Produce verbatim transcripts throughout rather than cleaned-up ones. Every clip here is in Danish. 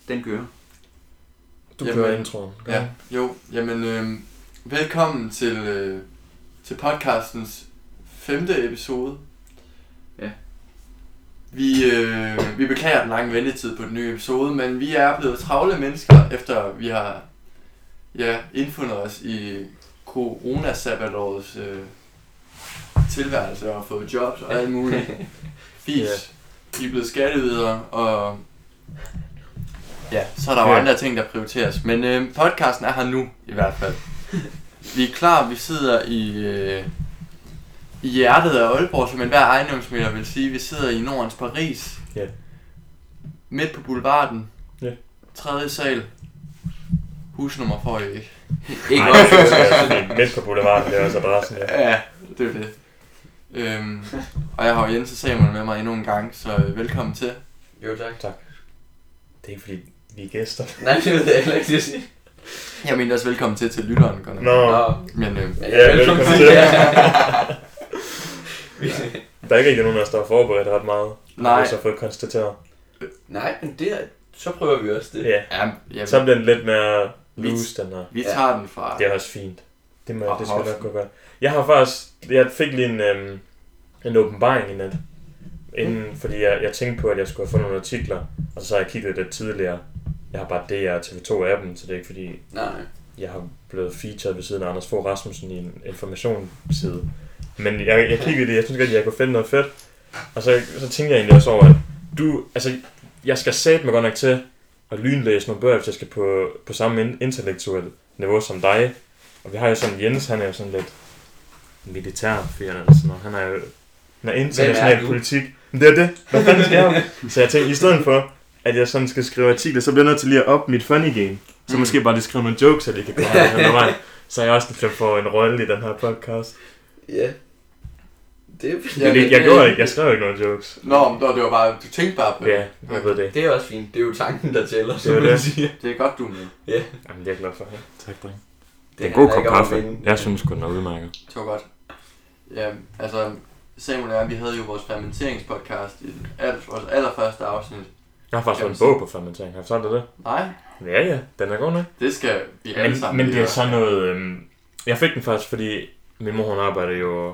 Den kører. Du jamen, kører introen. Ja, jo. Jamen, øh, velkommen til, øh, til podcastens femte episode. Ja. Vi, øh, vi beklager den lange ventetid på den nye episode, men vi er blevet travle mennesker, efter vi har ja, indfundet os i corona-sabbatårets øh, tilværelse og fået jobs og alt muligt. Fis. Yeah. Vi er blevet skatteydere, og ja, så er der jo andre ting, der prioriteres. Men øh, podcasten er her nu, i hvert fald. Vi er klar, vi sidder i, øh, i hjertet af Aalborg, som enhver ejendomsmægler vil sige. Vi sidder i Nordens Paris. Ja. Midt på boulevarden. Ja. Tredje sal. Husnummer får I ikke. Ikke også. Midt på boulevarden, det er også adressen. Ja, ja det er det. Øhm, og jeg har jo Jens og Samuel med mig endnu en gang, så øh, velkommen til. Jo tak. Tak. Det er ikke fordi, vi er gæster. Nej, det ved jeg heller ikke, det sige. Jeg mener også velkommen til til lytteren. Godt nok. Nå. Nå. Men øh, ja, velkommen til. Der er ikke rigtig nogen af os, der har forberedt ret meget. Nej. Vi har så fået konstateret. Nej, men det er, så prøver vi også det. Ja. ja, ja Så bliver den lidt mere loose, den her. Vi tager den fra. Det er også fint. Det, må, det skal hoften. nok gå godt. Jeg har faktisk, jeg fik lige en, øhm, en åbenbaring i nat. Inden, mm. Fordi jeg, jeg tænkte på, at jeg skulle have fundet nogle artikler, og så har jeg kigget lidt tidligere. Jeg har bare D R og T V to appen, så det er ikke fordi, Nej. jeg har blevet featured ved siden af Anders Fogh Rasmussen i en informationsside. Men jeg, jeg kiggede det, jeg synes godt, at jeg kunne finde noget fedt. Og så, så tænkte jeg egentlig også over, at du, altså, jeg skal sætte mig godt nok til at lynlæse nogle bøger, hvis jeg skal på, på samme intellektuelle niveau som dig. Og vi har jo sådan, Jens, han er jo sådan lidt militærfyr eller sådan noget. Han er jo han er international politik. Men det er det. Hvad fanden skal jeg? Så jeg tænkte, i stedet for, at jeg sådan skal skrive artikler, så bliver jeg nødt til lige at op mit funny game. Så mm. måske bare lige skrive nogle jokes, så det kan komme hen ad vejen. Så jeg også kan få en rolle i den her podcast. Ja. Det er ja, jeg, jeg, jeg gjorde ikke, jeg skrev ikke nogen jokes. Nå, men det var bare, du tænkte bare på det. Ja, jeg ved det. Det er også fint. Det er jo tanken, der tæller, som man det. siger. Det er godt, du er med. Ja. Jamen, det er jeg glad for. Ja. Tak, dreng. Det er en god kop kaffe. Jeg synes sgu, den er udmærket. Det var godt. Ja, altså, Samuel og jeg, vi havde jo vores fermenteringspodcast i vores allerførste afsnit. Jeg har faktisk fået en bog på fermentering. Har du sagt det? Nej. Ja, ja. Den er god nok. Det skal vi alle men, sammen. Men det er sådan noget... Øhm, jeg fik den først, fordi min mor, hun arbejder jo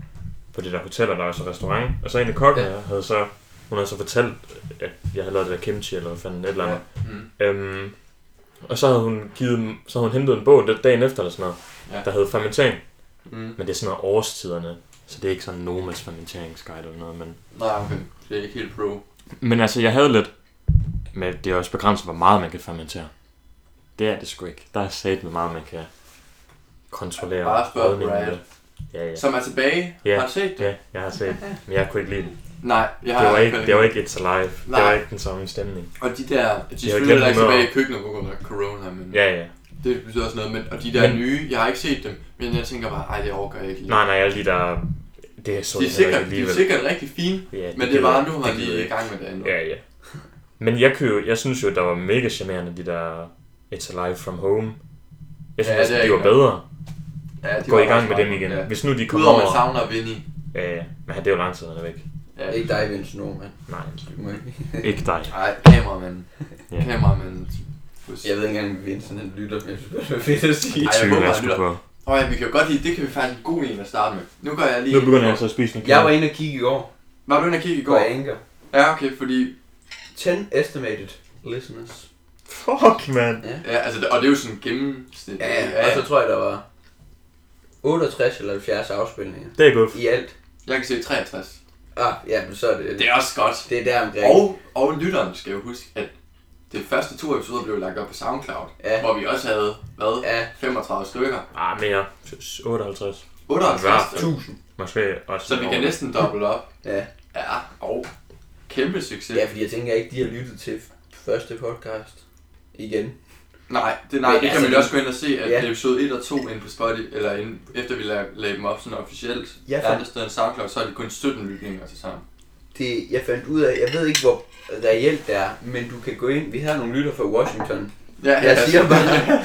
på det der hotel, og der er også restaurant. Og så en af kokken, ja. havde så... Hun havde så fortalt, at jeg havde lavet det der kimchi, eller hvad fanden, et eller andet. Ja. Mm. Øhm, og så havde hun givet, så havde hun hentet en bog dagen efter, eller sådan noget, ja. der hed fermentering. Mm. Men det er sådan noget årstiderne. Så det er ikke sådan Nomas fermenteringsguide eller noget, men... Nej, okay. Det er ikke helt pro. Men altså, jeg havde lidt... Men det er også begrænset, hvor meget man kan fermentere. Det er det sgu ikke. Der er sat med meget, man kan kontrollere. Bare spørg Brad. Ja, ja. Som er tilbage. Ja. Har du set det? Ja, jeg har set men jeg kunne ikke lide det. Nej, jeg har det var ikke. Det var ikke It's Alive. Nej. Det var ikke den samme stemning. Og de der... De selvfølgelig ikke tilbage i køkkenet på grund af corona, men... Ja, ja. Det betyder også noget, men... Og de der men, nye, jeg har ikke set dem, men jeg tænker bare, ej, det overgår jeg ikke lige. Nej, nej, alle de der... Det er så de er sikkert, de er sikkert rigtig fine, ja, det men det er bare, nu har de i gang med det andet. Ja, ja. Men jeg, kunne, jeg synes jo, der var mega charmerende, de der It's Alive From Home. Jeg synes, ja, de var bedre. Ja, de gå i gang med dem igen. Ja. Hvis nu de kommer over... Udover man savner Vinnie. Ja, ja. Men det er jo lang tid, han er væk. Ja. Ikke dig, Vince, nu, mand. Nej. Ikke dig. Nej, kameramanden. Ja. Kameramanden. Jeg ved ikke engang, Vince han lytter, men jeg synes, det er fedt at sige. Ej, jeg håber, han lytter. Åh ja, vi kan jo godt lide, det kan vi faktisk en god en at starte med. Nu går jeg lige... Nu begynder jeg så at spise en Jeg var inde og kigge i går. Var du inde og kigge i går? På Anchor. Ja, okay, fordi... ten estimated listeners. Fuck, man. Ja, ja altså, og det er jo sådan gennemsnit. Ja, ja, og så tror jeg, der var otteogtres eller halvfjerds afspilninger. Det er godt. I alt. Jeg kan se treogtres. Ah, ja, men så er det... Det er også godt. Det er der omkring. Og, og lytteren skal jo huske, at det første to episoder blev lagt op på SoundCloud, ja. Hvor vi også havde, hvad, ja. femogtredive stykker. Ah, mere. otteoghalvtreds. otteoghalvtreds tusind. Måske også. Så vi kan næsten doble op. Ja. Ja, og kæmpe succes. Ja, fordi jeg tænker ikke, de har lyttet til første podcast igen. Nej, det, nej, det kan altså, man jo også gå ind og se, at ja. episode et og to inde på Spotify, eller inde, efter vi lagde, lagde dem op sådan officielt, ja, der er der stedet en SoundCloud, så er det kun sytten lytninger til sammen. Det, jeg fandt ud af, jeg ved ikke hvor reelt det er, men du kan gå ind, vi har nogle lytter fra Washington. Ja, jeg ja, siger bare,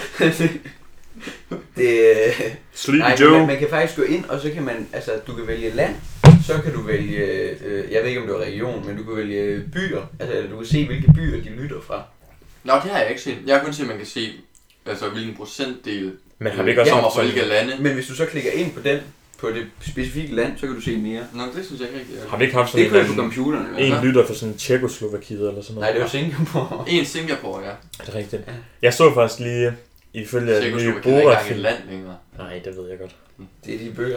det, nej, Joe. Man, man kan faktisk gå ind, og så kan man, altså du kan vælge land, så kan du vælge, øh, jeg ved ikke om det er region, men du kan vælge byer, altså du kan se hvilke byer de lytter fra. Nå, det har jeg ikke set. Jeg har kun set, at man kan se, altså hvilken procentdel Men har vi ikke også kommer haft fra sådan- hvilke lande. Men hvis du så klikker ind på den, på det specifikke land, så kan du se mere. Nå, det synes jeg ikke rigtigt. Har vi ikke haft sådan Det en, kører på eller computeren. anden- eller? en lytter for sådan Tjekkoslovakiet eller sådan noget? Nej, det var Singapore. En Singapore, ja. Er det rigtigt? Ja. Jeg så faktisk lige, ifølge den nye Tjekkoslovakiet er ikke engang et Borat-film. land længere. Nej, det ved jeg godt. Det er de bøger.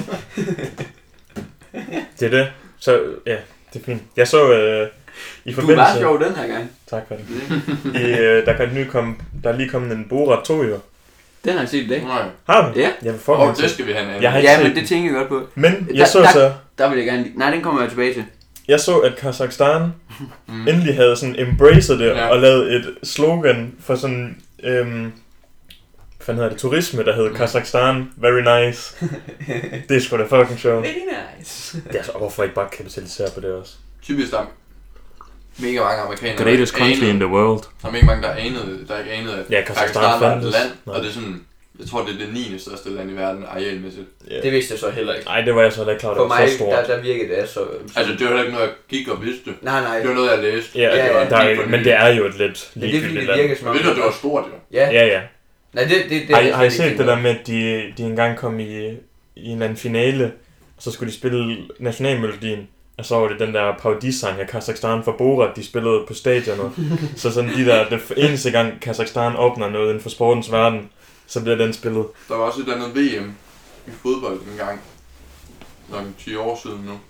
Det er det. Så ja, det er fint. Jeg så øh, i Du er forbindelse... bare sjov den her gang. Tak for det. I, øh, der, kan ny komme, der er lige kommet en Borat to jo. Den har jeg set i dag. Nej. Har du? Ja. Jeg vil få Åh, den det skal vi have en Jeg har anden. ikke Ja, set men den. det tænker jeg godt på. Men Der- jeg så der- så... Der vil jeg gerne lige... Nej, den kommer jeg tilbage til. Jeg så, at Kazakhstan Mm. endelig havde sådan embraced det Ja. og lavet et slogan for sådan... Øhm, hvad fanden hedder det? Turisme, der hedder Mm. Kazakhstan. Very nice. Det er sgu da fucking sjovt. Very nice. Det er så, hvorfor ikke bare kapitalisere på det også? Typisk der er mega mange amerikanere, Greatest der ikke country in anede, the world. der er mega mange, der anede, der ikke anede, at Ja, Kazakhstan Pakistan var et fandtes. land, Nej. og det er sådan, jeg tror, det er det niende største land i verden, arealmæssigt. Yeah. Det vidste jeg så heller ikke. Nej, det var jeg så heller ikke klar, det For var mig, så stort. der, der virkede det så... Altså, det var heller ikke noget, jeg gik og vidste. Nej, nej. Det var noget, jeg læste. Ja, Ja, ja, ja, der lige er, for men nylig. det er jo et lidt Men det er fordi, ligegyldigt det land. virker som Jeg om... ved, at det var stort, jo. Ja. Ja, ja. Nej, det, det, det Har, det, har I det, set det der med, at de, de engang kom i, i en eller anden finale, og så skulle de spille nationalmelodien, og så var det den der parodisang af Kazakhstan for Borat, de spillede på stadionet. Så sådan de der, det eneste gang Kazakhstan åbner noget inden for sportens verden, så bliver den spillet. Der var også et andet V M i fodbold en gang, nok ti år siden nu,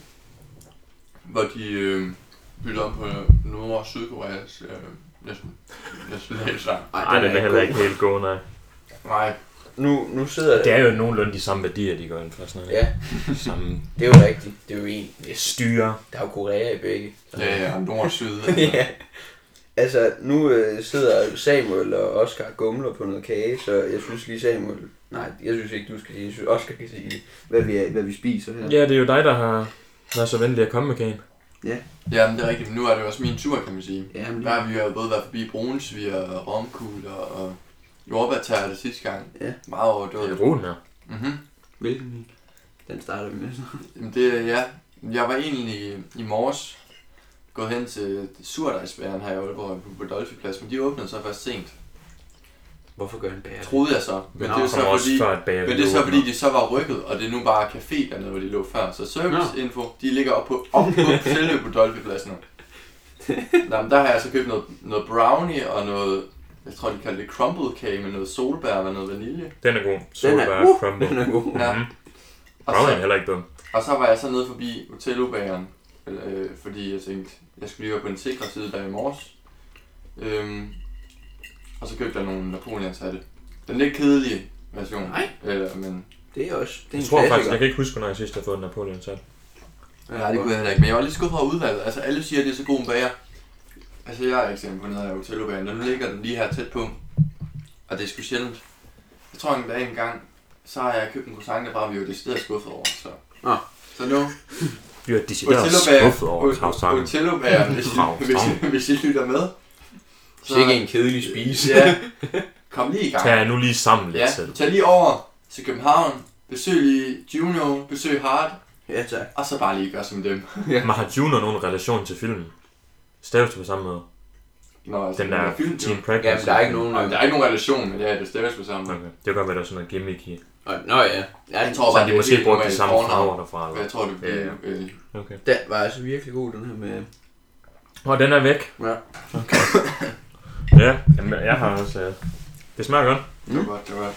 hvor de øh, byttede om på Nord- og Sydkoreas øh, næsten nationalsang. Nej, den er heller ikke helt god, nej. Nej, Nu, nu sidder Det er jo nogenlunde de samme værdier, de går ind for sådan noget. Ja, Samme det er jo rigtigt. Det er jo en. styre. Der er jo Korea i begge. ja, ja, Nord og Syd. Ja. Altså, nu øh, sidder Samuel og Oscar og gumler på noget kage, så jeg synes lige Samuel... Nej, jeg synes ikke, du skal sige. Jeg synes, Oscar kan sige, hvad vi, er, hvad vi spiser her. Ja, det er jo dig, der har været så venlig at komme med kagen. Ja, men det er rigtigt, men nu er det også min tur, kan man sige. Ja, men Der har vi jo både været forbi brunsviger og romkugler og jordbærtær det sidste gang. Ja. Meget overdået. Det er roen her. Mhm. hvilken den starter vi med så. Jamen det, ja, jeg var egentlig i morges gået hen til surdejsbæren her i Aalborg på Dolphy-plads, men de åbnede så først sent, Hvorfor gør han bære? troede jeg så. Men Men det er det så kommer også fordi, før et bager. men det er så fordi, de så var rykket, og det er nu bare café dernede, hvor de lå før. Så serviceinfo, de ligger op på, op på selve på Dolphy-pladsen. Nå, men der har jeg så købt noget, noget brownie og noget, jeg tror de kalder det crumble cake med noget solbær og noget vanilje. Den er god. Den er, Solbær, uh, crumble. den er god. Ja. Mhm. Og Brownie er så, heller ikke dum. og så var jeg så nede forbi Utellobageren, øh, fordi jeg tænkte, jeg skulle lige være på den sikre side der i morges. Øhm, og så købte jeg nogle Napoleonshatte. Den lidt kedelige version. Nej. Eller, men Det er også, det er Jeg en tror faktisk, klassiker. jeg kan ikke huske, når jeg sidst har fået en Napoleon sat. ja, det kunne jeg heller ikke. Men jeg var lidt skuffet over udvalget. Altså alle siger, at det er så god en bager. Altså jeg er ikke sikker på den her Utellobageren. Nu ligger den lige her tæt på. Og det er sgu sjældent. Jeg tror en dag en gang, så har jeg købt en croissant, der bare vi var decideret skuffet over. Så, Ah. så nu, Vi er decideret skuffet over Travstangen. Utellobageren, hvis, I- hvis, I- hvis I lytter med. Så ikke en kedelig spise. Ja, kom lige i gang. Tag jer nu lige sammen lidt Ja, selv. tag lige over til København, besøg lige Juno, besøg Hart, Ja, tak. og så bare lige gøre som dem. Men har Juno nogen relation til filmen? Staves det på samme måde? Nå, altså, Den der film, Teen jo. Pregnancy? Jamen, der er ikke nogen... Nå, der er ikke nogen relation, men ja, det stemmes på sammen. Okay. Det kan godt være, der er sådan noget gimmick i. Nå, Nå ja. Ja, Jeg tror Så bare, har de det er måske helt brugt de normalt samme fornavn. farver derfra. Jeg Eller? tror, det Ja, bliver... ja. Øh, Okay. den var altså virkelig god, den her med... Og den er væk. Ja. Ja, jamen, jeg har også... Uh... Det smager godt. det var godt, det var godt.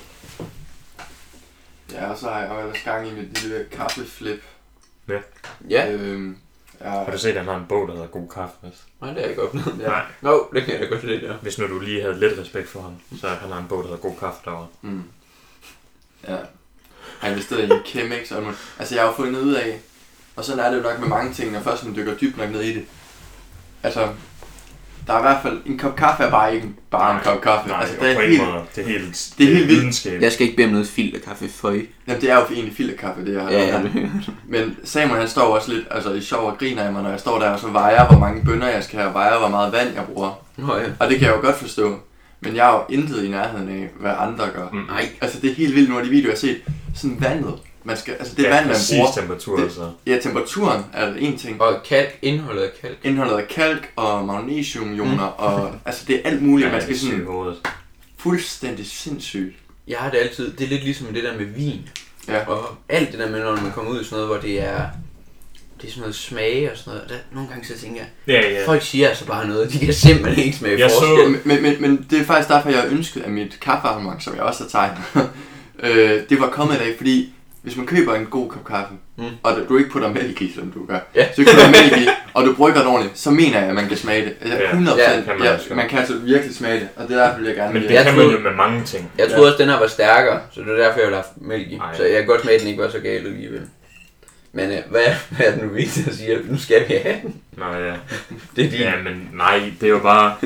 Ja, og så har jeg ellers gang i mit lille kaffeflip. Ja. Øhm, jeg, Har du set, at han har en bog, der hedder God Kaffe? Også? Nej, det er ikke opnået. Ja. Nej. Nå, det kan jeg da godt lide, ja. Hvis nu du lige havde lidt respekt for ham, så han har en bog, der hedder God Kaffe derovre. Mm. Ja. Har investeret i en Chemex og noget. Altså jeg har jo fundet ud af, og sådan er det jo nok med mange ting, når først man dykker dybt nok ned i det. Altså, der er i hvert fald, en kop kaffe er bare ikke bare en kop kaffe. Nej, altså, og det er på en helt, måde, det er helt, det er helt vildt. videnskab. Jeg skal ikke bede om noget filterkaffe for I. jamen, det er jo egentlig filterkaffe, det jeg har Ja, lavet ja. her. Men Samuel han står også lidt, altså i sjov og griner af mig, når jeg står der og så vejer, hvor mange bønner jeg skal have, vejer, hvor meget vand jeg bruger. Nå ja. Og det kan jeg jo godt forstå. Men jeg er jo intet i nærheden af, hvad andre gør. Mm. Nej. Altså det er helt vildt, nogle af de videoer, jeg har set. Sådan vandet. man skal, altså det ja, vand, man bruger. temperatur, det, altså. Ja, temperaturen er en ting. Og kalk, indholdet af kalk. Indholdet af kalk og magnesiumioner, mm. og altså det er alt muligt, ja, man skal sådan hovedet. fuldstændig sindssygt. Jeg har det altid, det er lidt ligesom det der med vin. Ja. Og alt det der med, når man kommer ud i sådan noget, hvor det er, det er sådan noget smage og sådan noget. Der, nogle gange så tænker jeg, ja, ja. folk siger altså bare noget, de kan simpelthen ikke smage forskel. Men, men, men, men det er faktisk derfor, jeg ønskede, at mit kaffeabonnement, som jeg også har tegnet, øh, det var kommet i dag, fordi hvis man køber en god kop kaffe, mm. og du ikke putter mælk i, som du gør, ja. så du putter mælk i, og du brygger det ordentligt, så mener jeg, at man kan smage det. Altså, hundrede procent, ja, kan man, ja, man kan altså virkelig smage det, og det er derfor, jeg gerne vil. Men det kan man jo med mange ting. Jeg troede ja. også, den her var stærkere, så det er derfor, jeg ville have mælk i. Ej. Så jeg kan godt smage, at den ikke var så galt alligevel. Men øh, hvad, hvad er det nu vigtigt at sige? Nu skal vi have den. Nå ja. Det er din. Ja, men nej, det er jo bare...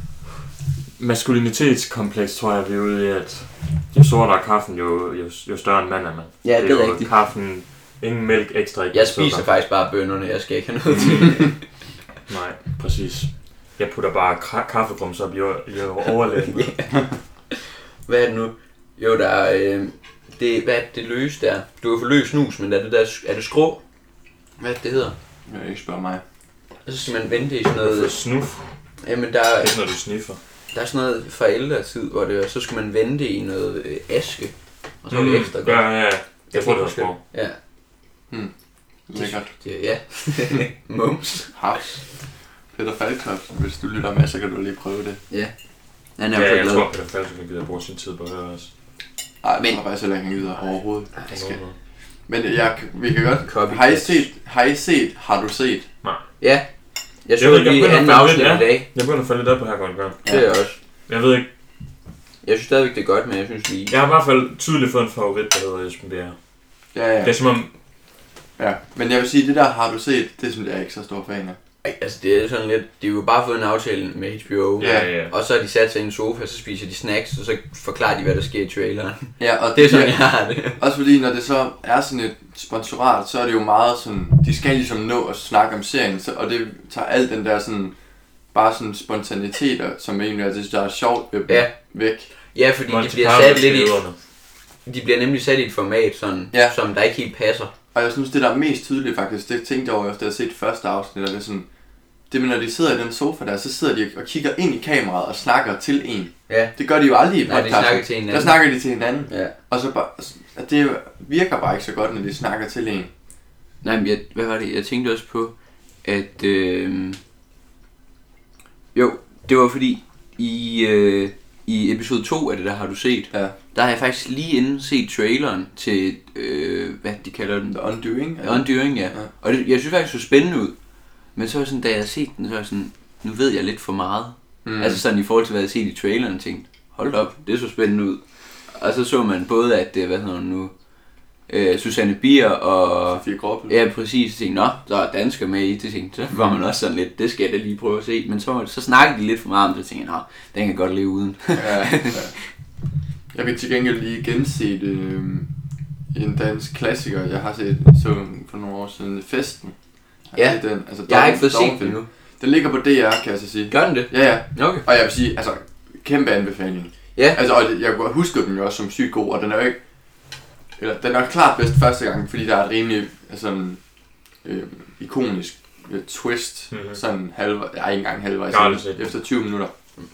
maskulinitetskompleks, tror jeg, vi er ude i, at jo sortere kaffen, jo, jo, jo større en mand er man. Ja, det er, det er jo rigtigt. Kaffen, ingen mælk, ekstra ikke. Jeg spiser sukker. Faktisk bare bønnerne, jeg skal ikke have noget til. Nej, præcis. Jeg putter bare k- kaffegrums op i, i overlægen. Ja. Hvad er det nu? Jo, der er... Øh, det, hvad er det, det løse der? Du kan få løs snus, men er det, der, er det skrå? Hvad er det, det hedder? Jeg vil ikke spørge mig. Og så skal man vente i sådan noget... Snuf? Jamen, der er... Det er, når du sniffer. Der er sådan noget fra ældre tid, hvor det, så skal man vente i noget øh, aske. Og så er det mm, ekstra godt. Ja, ja, ja. Jeg tror, det var skrå. Ja. Hmm. Lækkert. Det, ja. Mums. Haps. Peter Falktoft, hvis du lytter med, så kan du lige prøve det. Ja. Han er ja, jeg glad. tror, Peter Falktoft kan gider bruge sin tid på at høre os. Nej, men... jeg tror faktisk heller ikke, han gider overhovedet. Nej, skal... Men jeg, vi kan godt... Copy har I set, har I set, har du set? Nej. Ja. Jeg så jeg lige jeg anden afsnit i dag. Jeg begynder at falde lidt op på her godt gang. Det er jeg også. Jeg ved ikke. Jeg synes stadigvæk, det er godt, men jeg synes lige... Jeg har i hvert fald tydeligt fået en favorit, der hedder Esben Bjerre. Ja, ja. Det er som om... Ja, men jeg vil sige, det der har du set, det synes jeg ikke så stor fan af. Ej, altså det er sådan lidt... De har jo bare fået en aftale med H B O. Ja, ja. Og så har de sat sig i en sofa, så spiser de snacks, og så forklarer de, hvad der sker i traileren. Ja, og det er sådan, jeg har det. Også fordi, når det så er sådan et sponsorat, så er det jo meget sådan... De skal ligesom nå at snakke om serien, så, og det tager alt den der sådan... Bare sådan spontaniteter, som egentlig er det, der er sjovt ved ja. væk. Ja, fordi de bliver sat lidt i... De bliver nemlig sat i et format, sådan, ja. Som der ikke helt passer. Og jeg synes, det der er mest tydeligt faktisk, det tænkte jeg over, efter jeg har set første afsnit, og det er sådan... Det med, når de sidder i den sofa der, så sidder de og kigger ind i kameraet og snakker til en. Ja. Det gør de jo aldrig i podcasten. Nej, de snakker til hinanden. Der snakker de til hinanden. Ja. Og så bare... Det virker bare ikke så godt, når de snakker til en. Nej, men jeg, hvad var det? Jeg tænkte også på, at... Øh... Jo, det var fordi, i, øh, i episode to af det der har du set, ja. Der har jeg faktisk lige inden set traileren til, øh, hvad de kalder den? The Undoing. The Undoing, ja. ja. Og det, jeg synes faktisk, det så spændende ud. Men så var sådan, da jeg havde set den, så var jeg sådan, nu ved jeg lidt for meget. Mm. Altså sådan i forhold til, hvad jeg havde set i traileren, tænkte, hold op, det så spændende ud. Og så så man både, at det, hvad hedder nu, øh, Susanne Bier og... Sofie Gråbøl. Ja, præcis. Jeg tænkte, nå, der er dansker med i det, tænkte, så var man også sådan lidt, det skal jeg da lige prøve at se. Men så, så snakkede de lidt for meget om det, så tænkte jeg, nå, den kan godt leve uden. ja, ja. Jeg vil til gengæld lige gense øh, en dansk klassiker, jeg har set så for nogle år siden, Festen. Ja, den, altså, jeg har ikke fået set den nu. Den ligger på D R, kan jeg så sige. Gør den det? Ja, ja. Okay. Og jeg vil sige, altså, kæmpe anbefaling. Ja. Altså, og jeg husker den jo også som sygt god, og den er jo ikke... Eller, den er klart bedst første gang, fordi der er et rimelig sådan, øh, ikonisk øh, twist, mm-hmm. sådan halvvejs, ja, ikke engang halvvejs, efter tyve minutter. Mm.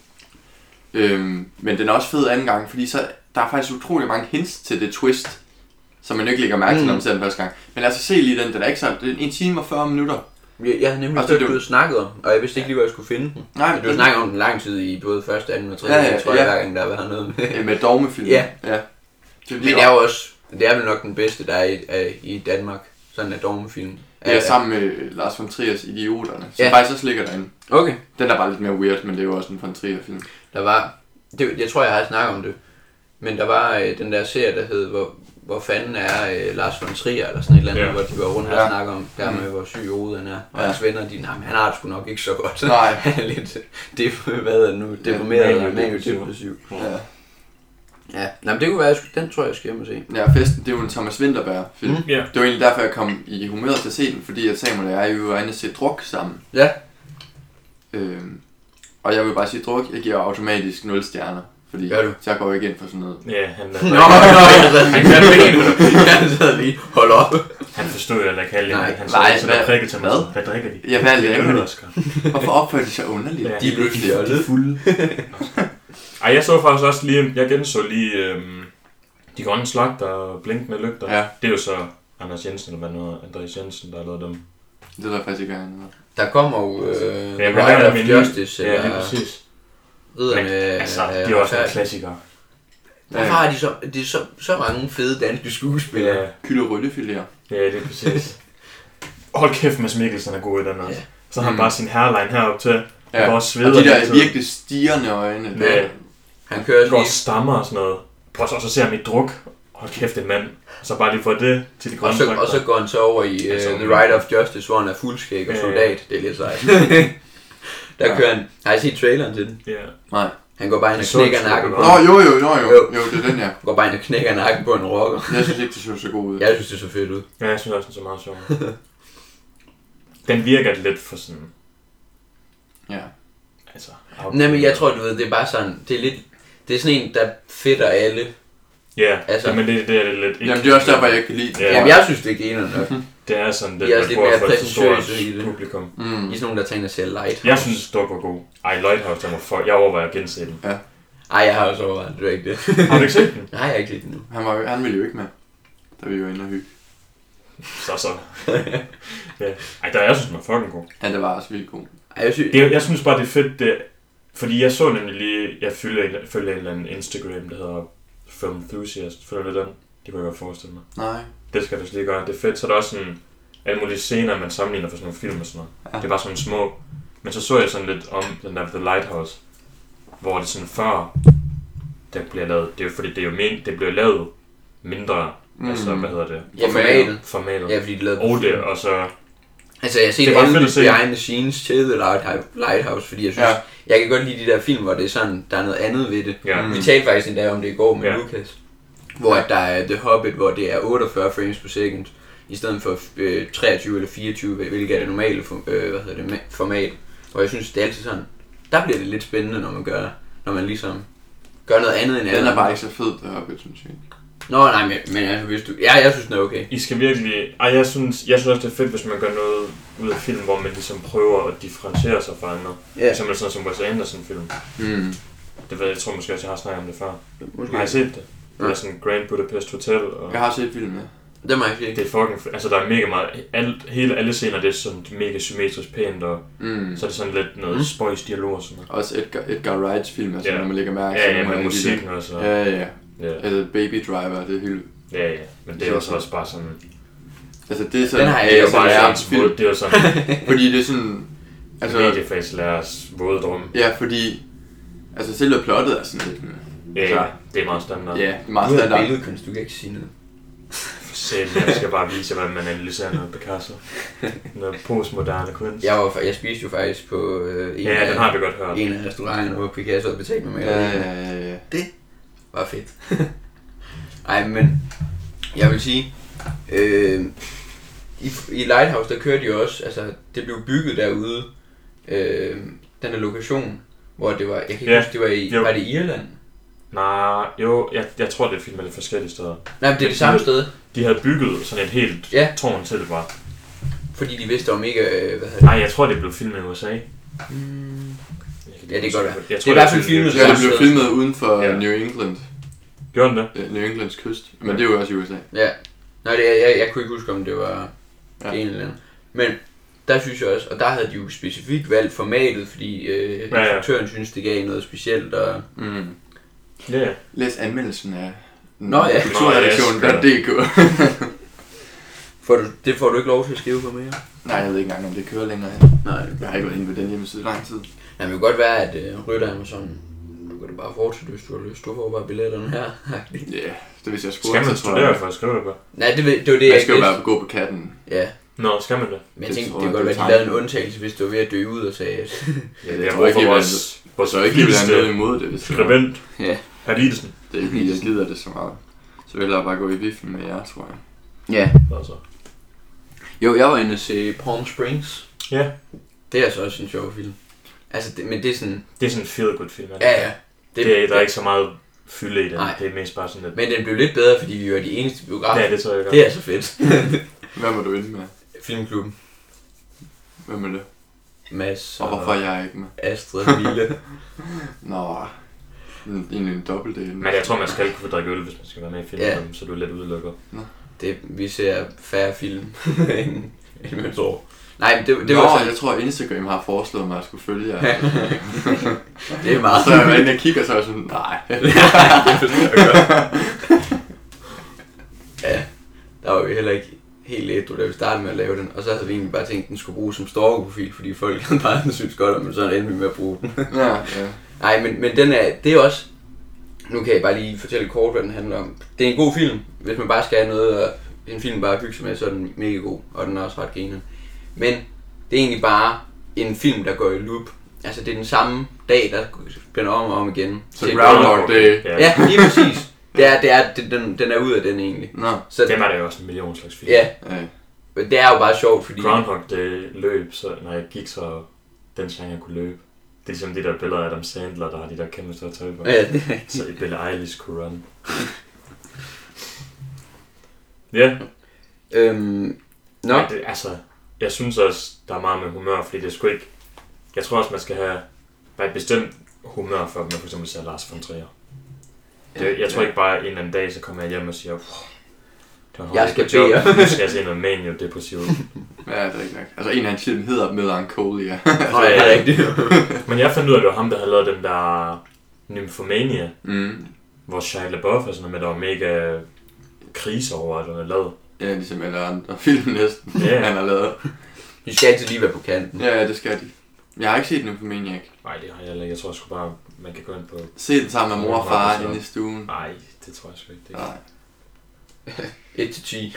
Øhm, men den er også fed anden gang, fordi så, der er faktisk utrolig mange hints til det twist, som man ikke lægger mærke til, når man ser den første gang. Men altså, se lige den, den er ikke så, det er en time og fyrre minutter. Jeg, jeg havde nemlig hørt, du havde snakket om, og jeg vidste ikke lige, hvor jeg skulle finde den. Nej, men du har snakket om den lang tid i både første, anden og tredje, ja, ja, jeg tror jeg, ja. hver gang der har været noget med. Ja, med dogmefilm. Ja. ja. Det men det er jo også, det er vel nok den bedste, der er i, er i Danmark, sådan en dogmefilm. Det er sammen med Lars von Triers Idioterne, som ja. faktisk også ligger derinde. Okay. Den er bare lidt mere weird, men det er jo også en von Trier film. Der var, det, jeg tror jeg har snakket om det, men der var øh, den der serie, der hed, hvor, hvor fanden er øh, Lars von Trier, eller sådan et eller andet, ja. Hvor de var rundt ja. Og snakke om, der med hvor syg hovedet han er, og ja. Hans venner, de, nej, han har det sgu nok ikke så godt. Nej. Han er lidt, det, hvad er det nu, deprimeret, ja, og depressiv. Ja. Ja, nej, men det kunne være, den tror jeg, jeg skal hjem og se. Ja, Festen, det er jo en Thomas Vinterberg film. Mm. Yeah. Det var egentlig derfor, jeg kom i humøret til at se den, fordi at Samuel og jeg jo er inde og se Druk sammen. Ja. Øhm, og jeg vil bare sige Druk, jeg giver automatisk nul stjerner. Fordi Gør du? jeg går ikke ind for sådan noget. Ja, han Nå, nå, jeg sad han sad lige, hold op. Han forstod jo heller ikke halvdelen. Nej, Han nej, sad sådan hvad- og prikkede til mig. hvad? Hvad drikker de? Ja, hvad er det, Jeg jeg ved Oscar. Hvorfor opfører de sig underligt? Ja. De er blevet fjollet. fulde. Ej, jeg så faktisk også lige, jeg genså lige øhm, De Grønne Slagter og Blinkende Lygter. Ja. Det er jo så Anders Jensen, eller hvad noget, Andreas Jensen, der har lavet dem. Det ved jeg faktisk ikke, hvad han hedder. Der kommer jo uh, Ja, The men Right der er of min- Justice, Ja, lige eller præcis. Men Ridderne altså, af de er også en Retfærdighed. klassiker. Hvorfor har de så, de er så, så mange fede danske skuespillere? Ja, Kylde røllefiléer. ja, det er præcis. Hold kæft, Mads Mikkelsen er god i den også. Ja. Så har han Mm. bare sin hairline herop til. Ja. Går og Og sveder de der hele tiden. virkelig stirrende øjne. Ja. Han kører Går og lige, stammer og sådan noget. Prøv så, og så ser han mit druk. Hold kæft, en mand. Og så bare lige få det til de og grønne så, slagter. og så går han så over i uh, Altså, The Right of Justice, hvor han er fuldskæg og Ja. soldat. Det er lidt sejt. Der Ja. kører han, har I set traileren til den? Ja. Nej. Han går bare ind og Jeg så knækker den, nakken det på var- Nå, jo, jo, jo, jo. Jo. Jo, det er den, ja. går bare ind og knækker nakken på en rocker. Jeg synes ikke, det så så god ud. Jeg synes, det så fedt ud. Ja, jeg synes også, den er så meget sjov. Den virker lidt for sådan... Ja. Altså... Nej, men jeg tror, du ved, det er bare sådan, det er lidt, det er sådan en, der fedter alle. Ja, Altså- altså, men det, det er lidt... Ikke, Jamen, det er også derfor, jeg ikke kan lide det. Ja. Jamen, jeg synes, det er griner nok. Det er sådan lidt, De er også man lidt prøver mere at få et for stort prætentiøse i det. publikum. Mm. I sådan nogle, der tager ind og ser light. Jeg synes, Stok var god. Ej, Lighthouse, den var for... Jeg overvejer at gense den. Ej, jeg har også overvejet, det er ikke det. Har du ikke set den? Nej, jeg har ikke set den nu. Han, var, han ville jo ikke med, da vi var inde og hygge. Så så. Ja. Ej, der, jeg synes, den var fucking god. Ja, det var også vildt god. Ej, jeg synes, Det, jeg synes bare, det er fedt, det, fordi jeg så nemlig lige, jeg følger en, følger en eller anden Instagram, der hedder Film Enthusiast. Følger du den? Det kunne jeg godt forestille mig. Nej. Det skal du lige gøre. Det er fedt. Så er der også sådan alle mulige scener, man sammenligner for sådan nogle film og sådan noget. Ja. Det er bare sådan små. Men så så jeg sådan lidt om den der The Lighthouse, hvor det sådan før, der bliver lavet, det er jo fordi det er jo men, det bliver lavet mindre, mm. altså hvad hedder det? ja, formatet. Formatet. Ja, fordi de lavede Og det, og så, Altså, jeg har set Det var fedt alle at se. behind the scenes til The Lighthouse, Lighthouse, fordi jeg synes, Ja. jeg kan godt lide de der film, hvor det er sådan, der er noget andet ved det. ja. Mm. Vi talte faktisk en dag om det i går med Ja. Lukas, hvor at der er The Hobbit, hvor det er otteogfyrre frames per second, i stedet for øh, treogtyve eller fireogtyve, hvilket er det normale for, øh, hvad hedder det, ma- format. Og jeg synes, det er altid sådan, der bliver det lidt spændende, når man gør, når man ligesom gør noget andet end Den andet. er bare ikke så fed deroppe, synes jeg. Nå, nej, men, men altså, hvis du... Ja, jeg synes, den er okay. I skal virkelig... Ej, jeg synes, jeg synes også, det er fedt, hvis man gør noget ud af film, hvor man ligesom prøver at differentiere sig fra andre. Ja. Yeah. Som sådan som Wes Anderson-film. Mm. Det ved jeg, jeg tror måske også, jeg har snakket om det før. Måske. Har I set det? Ja. Det er sådan Grand Budapest Hotel. Og Jeg har set filmen. Det må jeg ikke det er fucking... f- Altså, der er mega meget... Alt, hele, alle scener, det er sådan mega symmetrisk pænt, og Mm. så er det sådan lidt noget Mm. spøjs dialog og sådan noget. Også Edgar, Edgar Wrights film, altså Ja. når man lægger mærke Ja, ja, nogle med af de musikken også. der- Og, Ja, ja, ja. ja. Altså Baby Driver, det er helt... Ja, ja. Men det er også, også bare sådan... Altså det er sådan... Den har jeg Det er jo altså, bare ja, sådan... film. Våd, det er jo sådan... Fordi det er sådan... Altså, Altså, mediefagslærers våde drøm. ja, fordi... Altså selve plottet er sådan lidt... Ja, Altså, det er meget standard. ja, det er meget Nu er standard. billedkunst, du kan ikke sige noget. For satan, jeg skal bare vise, hvordan man analyserer noget Picasso. Noget postmoderne kunst. Jeg, var, jeg spiste jo faktisk på øh, en, Ja, den af, har vi godt hørt. en af restauranterne, hvor Picasso havde betalt mig med. Ja, ja, ja, ja. Det var fedt. Ej, men jeg vil sige, øh, i, i Lighthouse, der kørte de jo også, altså det blev bygget derude, øh, den der lokation, hvor det var, jeg kan ikke Ja, huske, det var i, jo. var det i Irland? Nej, jo, jeg, jeg tror, det er filmet lidt forskellige steder. Nej, men det er det samme sted, De havde bygget sådan et helt Ja. tårn til, bare. fordi de vidste om ikke, øh, hvad hedder Nej, jeg tror, det blev filmet i U S A. Jeg det? Mm, kan Ja, det ikke kan godt huske, være. jeg Det er i hvert fald filmet Ja, det samme blev sted. filmet uden for Ja. New England. Gjorde den det? Ja, New Englands kyst. Men det er jo også i U S A. ja. Nej, det, jeg, jeg, jeg kunne ikke huske, om det var Ja. ja. en eller anden. Men der synes jeg også, og der havde de jo specifikt valgt formatet, fordi øh, Ja, ja. instruktøren synes, det gav noget specielt, og Mm. Ja, ja. Læs anmeldelsen af Nå, ja. kulturredaktionen Nå, ja, punktum d k. får du, det får du ikke lov til at skrive på mere. Nej, jeg ved ikke engang, om det kører længere. Nej, Jeg har ikke været inde på den hjemmeside i lang tid. det kan godt være, at øh, rytteren var sådan, du kan da bare fortsætte, hvis du har lyst, du får bare billetterne her. Ja, yeah, det hvis jeg Skal spurgte, man så tror studere jeg. for at skrive det på? Nej, det, ved- det var det, Jeg jeg skal jo ikke bare vidste. gå på katten. Ja, Nå, skal man det? men jeg Det tænkte, tror det jeg, kunne godt være, det at er de lavede en tanken. undtagelse, hvis du var ved at dø ud og sagde, at Ja, Jeg det er tror ikke, hvorfor I vil- vores, vores Så ikke vil have flittigste noget imod det, hvis det var. skribent, ja. Herr Lidesen. Det er ikke fordi, jeg gider det så meget. Så vil jeg bare gå i viffen med jer, tror jeg. Ja. Altså. Jo, jeg var inde og se Palm Springs. Ja, Det er altså også en sjov film. Altså, det, men det er sådan, det er sådan en feel good film. er det ja ikke? ja, Det, det, der er ikke så meget fylde i den. Nej. Det er mest bare sådan lidt... Men den blev lidt bedre, fordi vi var de eneste biografer. Ja, det tror jeg godt. Det er så fedt. Hvad var du inde med? Filmklubben. Hvem er det? Mads og, og hvorfor er jeg ikke med? Astrid Mille. Nå, en, en, en dobbelt det. Men jeg tror, man skal ikke kunne få drikke øl, hvis man skal være med i filmklubben, ja. Så du er lidt udelukket. Det, vi ser færre film, end, end man tror. Nej, men det, det Nå, var sådan... jeg tror, at Instagram har foreslået mig, at jeg skulle følge jer. Det er meget... Så jeg var inde og kigger, så er jeg sådan, nej. Det forstår jeg godt. Ja, der var vi heller ikke helt ædru, da vi startede med at lave den. Og så havde vi egentlig bare tænkt, at den skulle bruges som stalkerprofil, fordi folk havde bare den synes godt, men så endte vi med at bruge den. Ja, ja. Nej, men, men den er, det er også... Nu kan jeg bare lige fortælle kort, hvad den handler om. Det er en god film, hvis man bare skal have noget, og en film bare hygge sig med, så er den mega god, og den er også ret griner. Men det er egentlig bare en film, der går i loop. Altså det er den samme dag, der bliver om og om igen. Så Groundhog Day. Ja, lige præcis. Det er, det er, det, den, den er ud af den egentlig. Nå. Så dem er det jo også en million slags film. Ja, ja. Det er jo bare sjovt, fordi... Groundhog Day løb, så når jeg gik, så den genre kunne løbe. Det er ligesom de der billeder af Adam Sandler, der har de der kæmpe store tøj på. Ja, det er så Billie Eilish kunne run. Ja. Øhm, Nå. Men det, altså, jeg synes også, der er meget med humør, fordi det er sgu ikke... Jeg tror også, man skal have bare et bestemt humør, for at man for eksempel ser Lars von Trier. Det, jeg tror ikke bare en eller anden dag, så kommer jeg hjem og siger, jeg skal bede. Nu skal jeg se noget manio-depressivt. Ja, det er ikke nok. Altså en af hans film hedder Melancholia. Nå, ja, det er rigtigt. Men jeg fandt ud af, at det var ham, der havde lavet den der Nymphomania, mm. hvor Shia LaBeouf og sådan noget, med der var mega krise over, at den havde lavet. Ja, ligesom alle andre film næsten, yeah. han har lavet. De skal altid lige være på kanten. Ja, det skal de. Jeg har ikke set Nymphomaniac. Nej, det har jeg heller ikke. Jeg tror sgu bare, man kan gå ind på... Se den sammen med mor og far inde i stuen. Nej, det tror jeg sgu ikke. Det Nej. et til ti.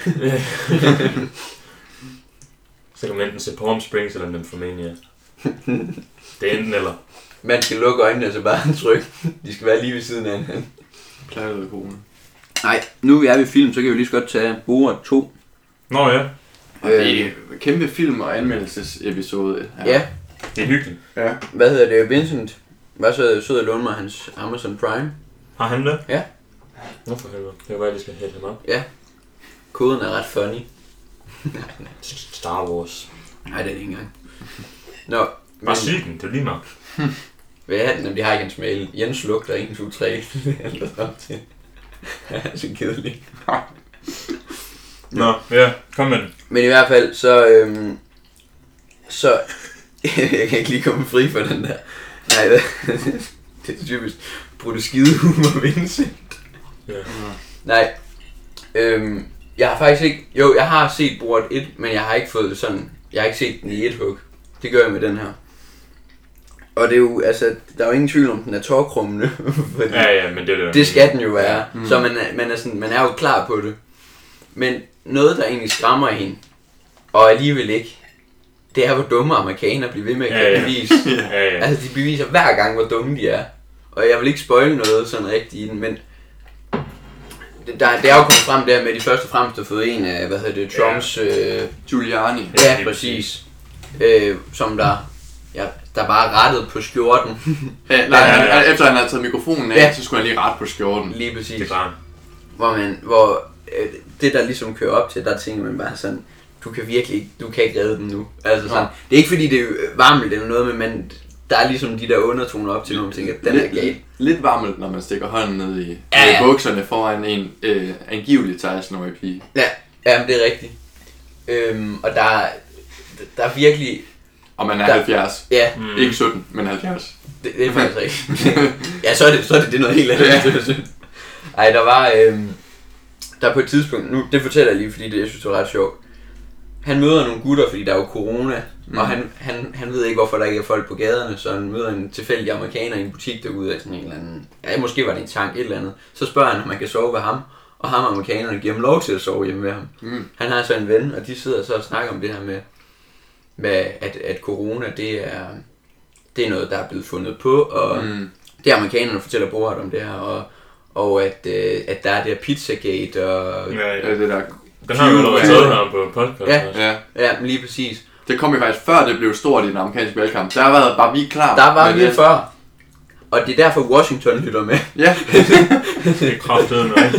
Så kan man enten se Palm Springs eller Nymphomania. Det er enten eller. Man skal lukke øjnene, så bare en tryk. De skal være lige ved siden af hinanden. Plade kone. Nej, nu er vi film, så kan vi lige så godt tage Borat to. Nå ja. Og det er en kæmpe film- og anmeldelsesepisode. Ja. ja. Det er hyggeligt. Ja. Hvad hedder det? Vincent var så sød at låne mig hans Amazon Prime. Har han det? Ja. Nå for helvede. Det var bare, at jeg skal hætte ham op. Ja. Koden er ret funny. Star Wars. Nej, det er det ikke engang. Nå. Bare syg den, det er lige meget. Hvad er den? De har ikke hans mail. Jens lugter en, to, tre. Det handler op til. Det er så kedeligt. Nå, ja, kom med den. Men i hvert fald, så... Øhm, så... jeg kan ikke lige komme fri for den der. Nej, det er typisk. Brugte skidehumor Vincent. Ja. Nej. Øhm, jeg har faktisk ikke... Jo, jeg har set Borat et, men jeg har ikke fået det sådan... Jeg har ikke set den i et hug. Det gør jeg med den her. Og det er jo, altså, der er jo ingen tvivl om, den er tårkrummende. Ja, ja, men det er det. Det skal den jo være. Mm. Så man er, man, er sådan, man er jo klar på det. Men noget, der egentlig skræmmer en, og alligevel ikke, det er, hvor dumme amerikanere bliver ved med at ja, ja. bevise. Ja, ja. Altså, de beviser hver gang, hvor dumme de er. Og jeg vil ikke spoile noget sådan rigtigt i den, men det, der, det er jo kommet frem der med, at de først og fremmest har fået en af, hvad hedder det, Trumps... Ja. Øh, Giuliani. Ja, ja præcis. Øh, som der... Ja, der bare rettede på skjorten. Ja, nej, ja, ja, ja. Efter han havde taget mikrofonen af, ja. Så skulle han lige rette på skjorten. Lige præcis. Det er hvor man, hvor øh, det der ligesom kører op til, der tænker man bare sådan, du kan virkelig, du kan ikke redde dem nu. Altså sådan, det er ikke fordi det er varmt eller noget, men man, der er ligesom de der undertoner op til, når man tænker, den er galt. Lidt varmt, når man stikker hånden ned i, ja, ja. i bukserne foran en øh, angiveligt seksten-årig pige. Ja, ja, men det er rigtigt. Øhm, og der, der er virkelig... Og man er der, halvfjerds. Ja. Mm. Ikke sytten, men halvfjerds. Det, det er faktisk rigtigt. Ja, så er det, så er det, det er noget helt andet. Ja. Ej, der var... Øhm, der på et tidspunkt... Nu, det fortæller jeg lige, fordi det, jeg synes, det var ret sjovt. Han møder nogle gutter, fordi der er jo corona. Mm. Og han, han, han ved ikke, hvorfor der ikke er folk på gaderne. Så han møder en tilfældig amerikaner i en butik derude af sådan en eller anden... Ja, måske var det en tank, et eller andet. Så spørger han, om man kan sove ved ham. Og ham amerikanerne giver ham lov til at sove hjemme ved ham. Mm. Han har så en ven, og de sidder så og snakker om det her med... med at, at corona, det er, det er noget, der er blevet fundet på, og mm. det er amerikanerne, der fortæller Borat om det her, og, og at, øh, at der er det her Pizzagate, og... Ja, ja, det der... Den har jo allerede taget her på podcast. Ja, ja. Ja, lige præcis. Det kom jo faktisk før det blev stort i den amerikanske valgkamp. Der var, var vi klar. Der var vi før. Og det er derfor Washington lytter med. Ja. Det er kraftedet med.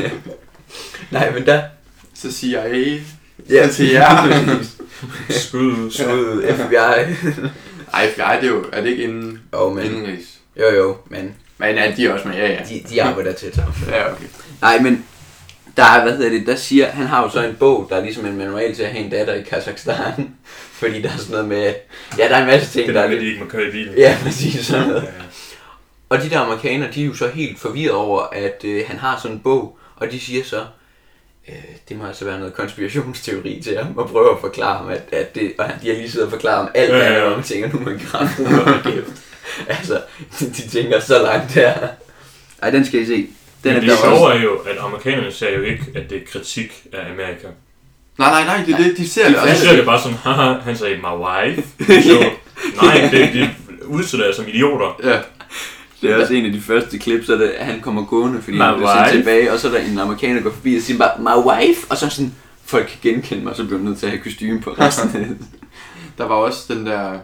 Nej, men der... Så siger jeg Ja, til jer. Skud. Skud, F B I. Ej, F B I, det er jo, er det ikke inden, Jo, men... indenrigs? Jo, jo, men... Men ja, de er også med, ja, ja. De, de arbejder tæt sammen. Ja, okay. Nej, men... Der er, hvad hedder det, der siger... Han har jo så en bog, der er ligesom en manual til at have en datter i Kazakhstan. Fordi der er sådan noget med... Ja, der er en masse ting, Det der er er med, lidt... de ikke må køre i bilen. Ja, præcis sådan noget. Ja. Og de der amerikanere, de er jo så helt forvirret over, at øh, han har sådan en bog, og de siger så, øh, det må altså være noget konspirationsteori til ham, og prøve at forklare ham, at, at det, og de har lige siddet og forklaret ham alt, hvad Ja, ja, han ja. om tænker, nu man kraften og kæft. Altså, de, de tænker så langt der. Ej, den skal I se. Den Men er det der sjove også. er jo, at amerikanerne ser jo ikke, at det er kritik af Amerika. Nej, nej, nej, det er det, de ser det. Og Og de så ser det bare sådan, haha, han sagde my wife. Så, nej, det, de udstiller jer som idioter. Ja. Det er også en af de første clips, at det, at han kommer gående, fordi My han bliver sendt wife. tilbage, og så er der en amerikaner, der går forbi og siger bare, my wife, og så sådan, folk kan genkende mig, så bliver jeg nødt til at have kostume på resten. Der var også den der...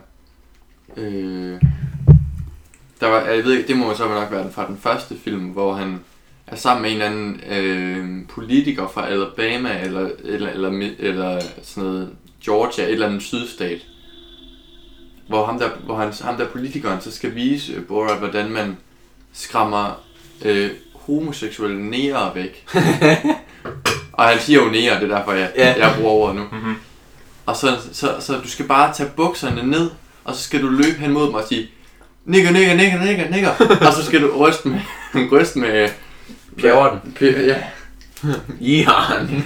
Øh, der var, jeg ved ikke, det må så nok være den fra den første film, hvor han er sammen med en eller anden øh, politiker fra Alabama, eller, eller, eller, eller sådan noget Georgia, et eller andet sydstat. Hvor ham der, hvor han, ham der politikeren så skal vise øh, Borat, hvordan man skræmmer øh, homoseksuelle nære væk. Og han siger jo nære, det er derfor jeg, Ja. jeg bruger ordet nu. Mm-hmm. Og så, så, så du skal bare tage bukserne ned, og så skal du løbe hen mod dem og sige, nigger, nigger, nigger, nigger, nigger. Og så skal du ryste med, ryste med... Pjorten. P- ja. Jern.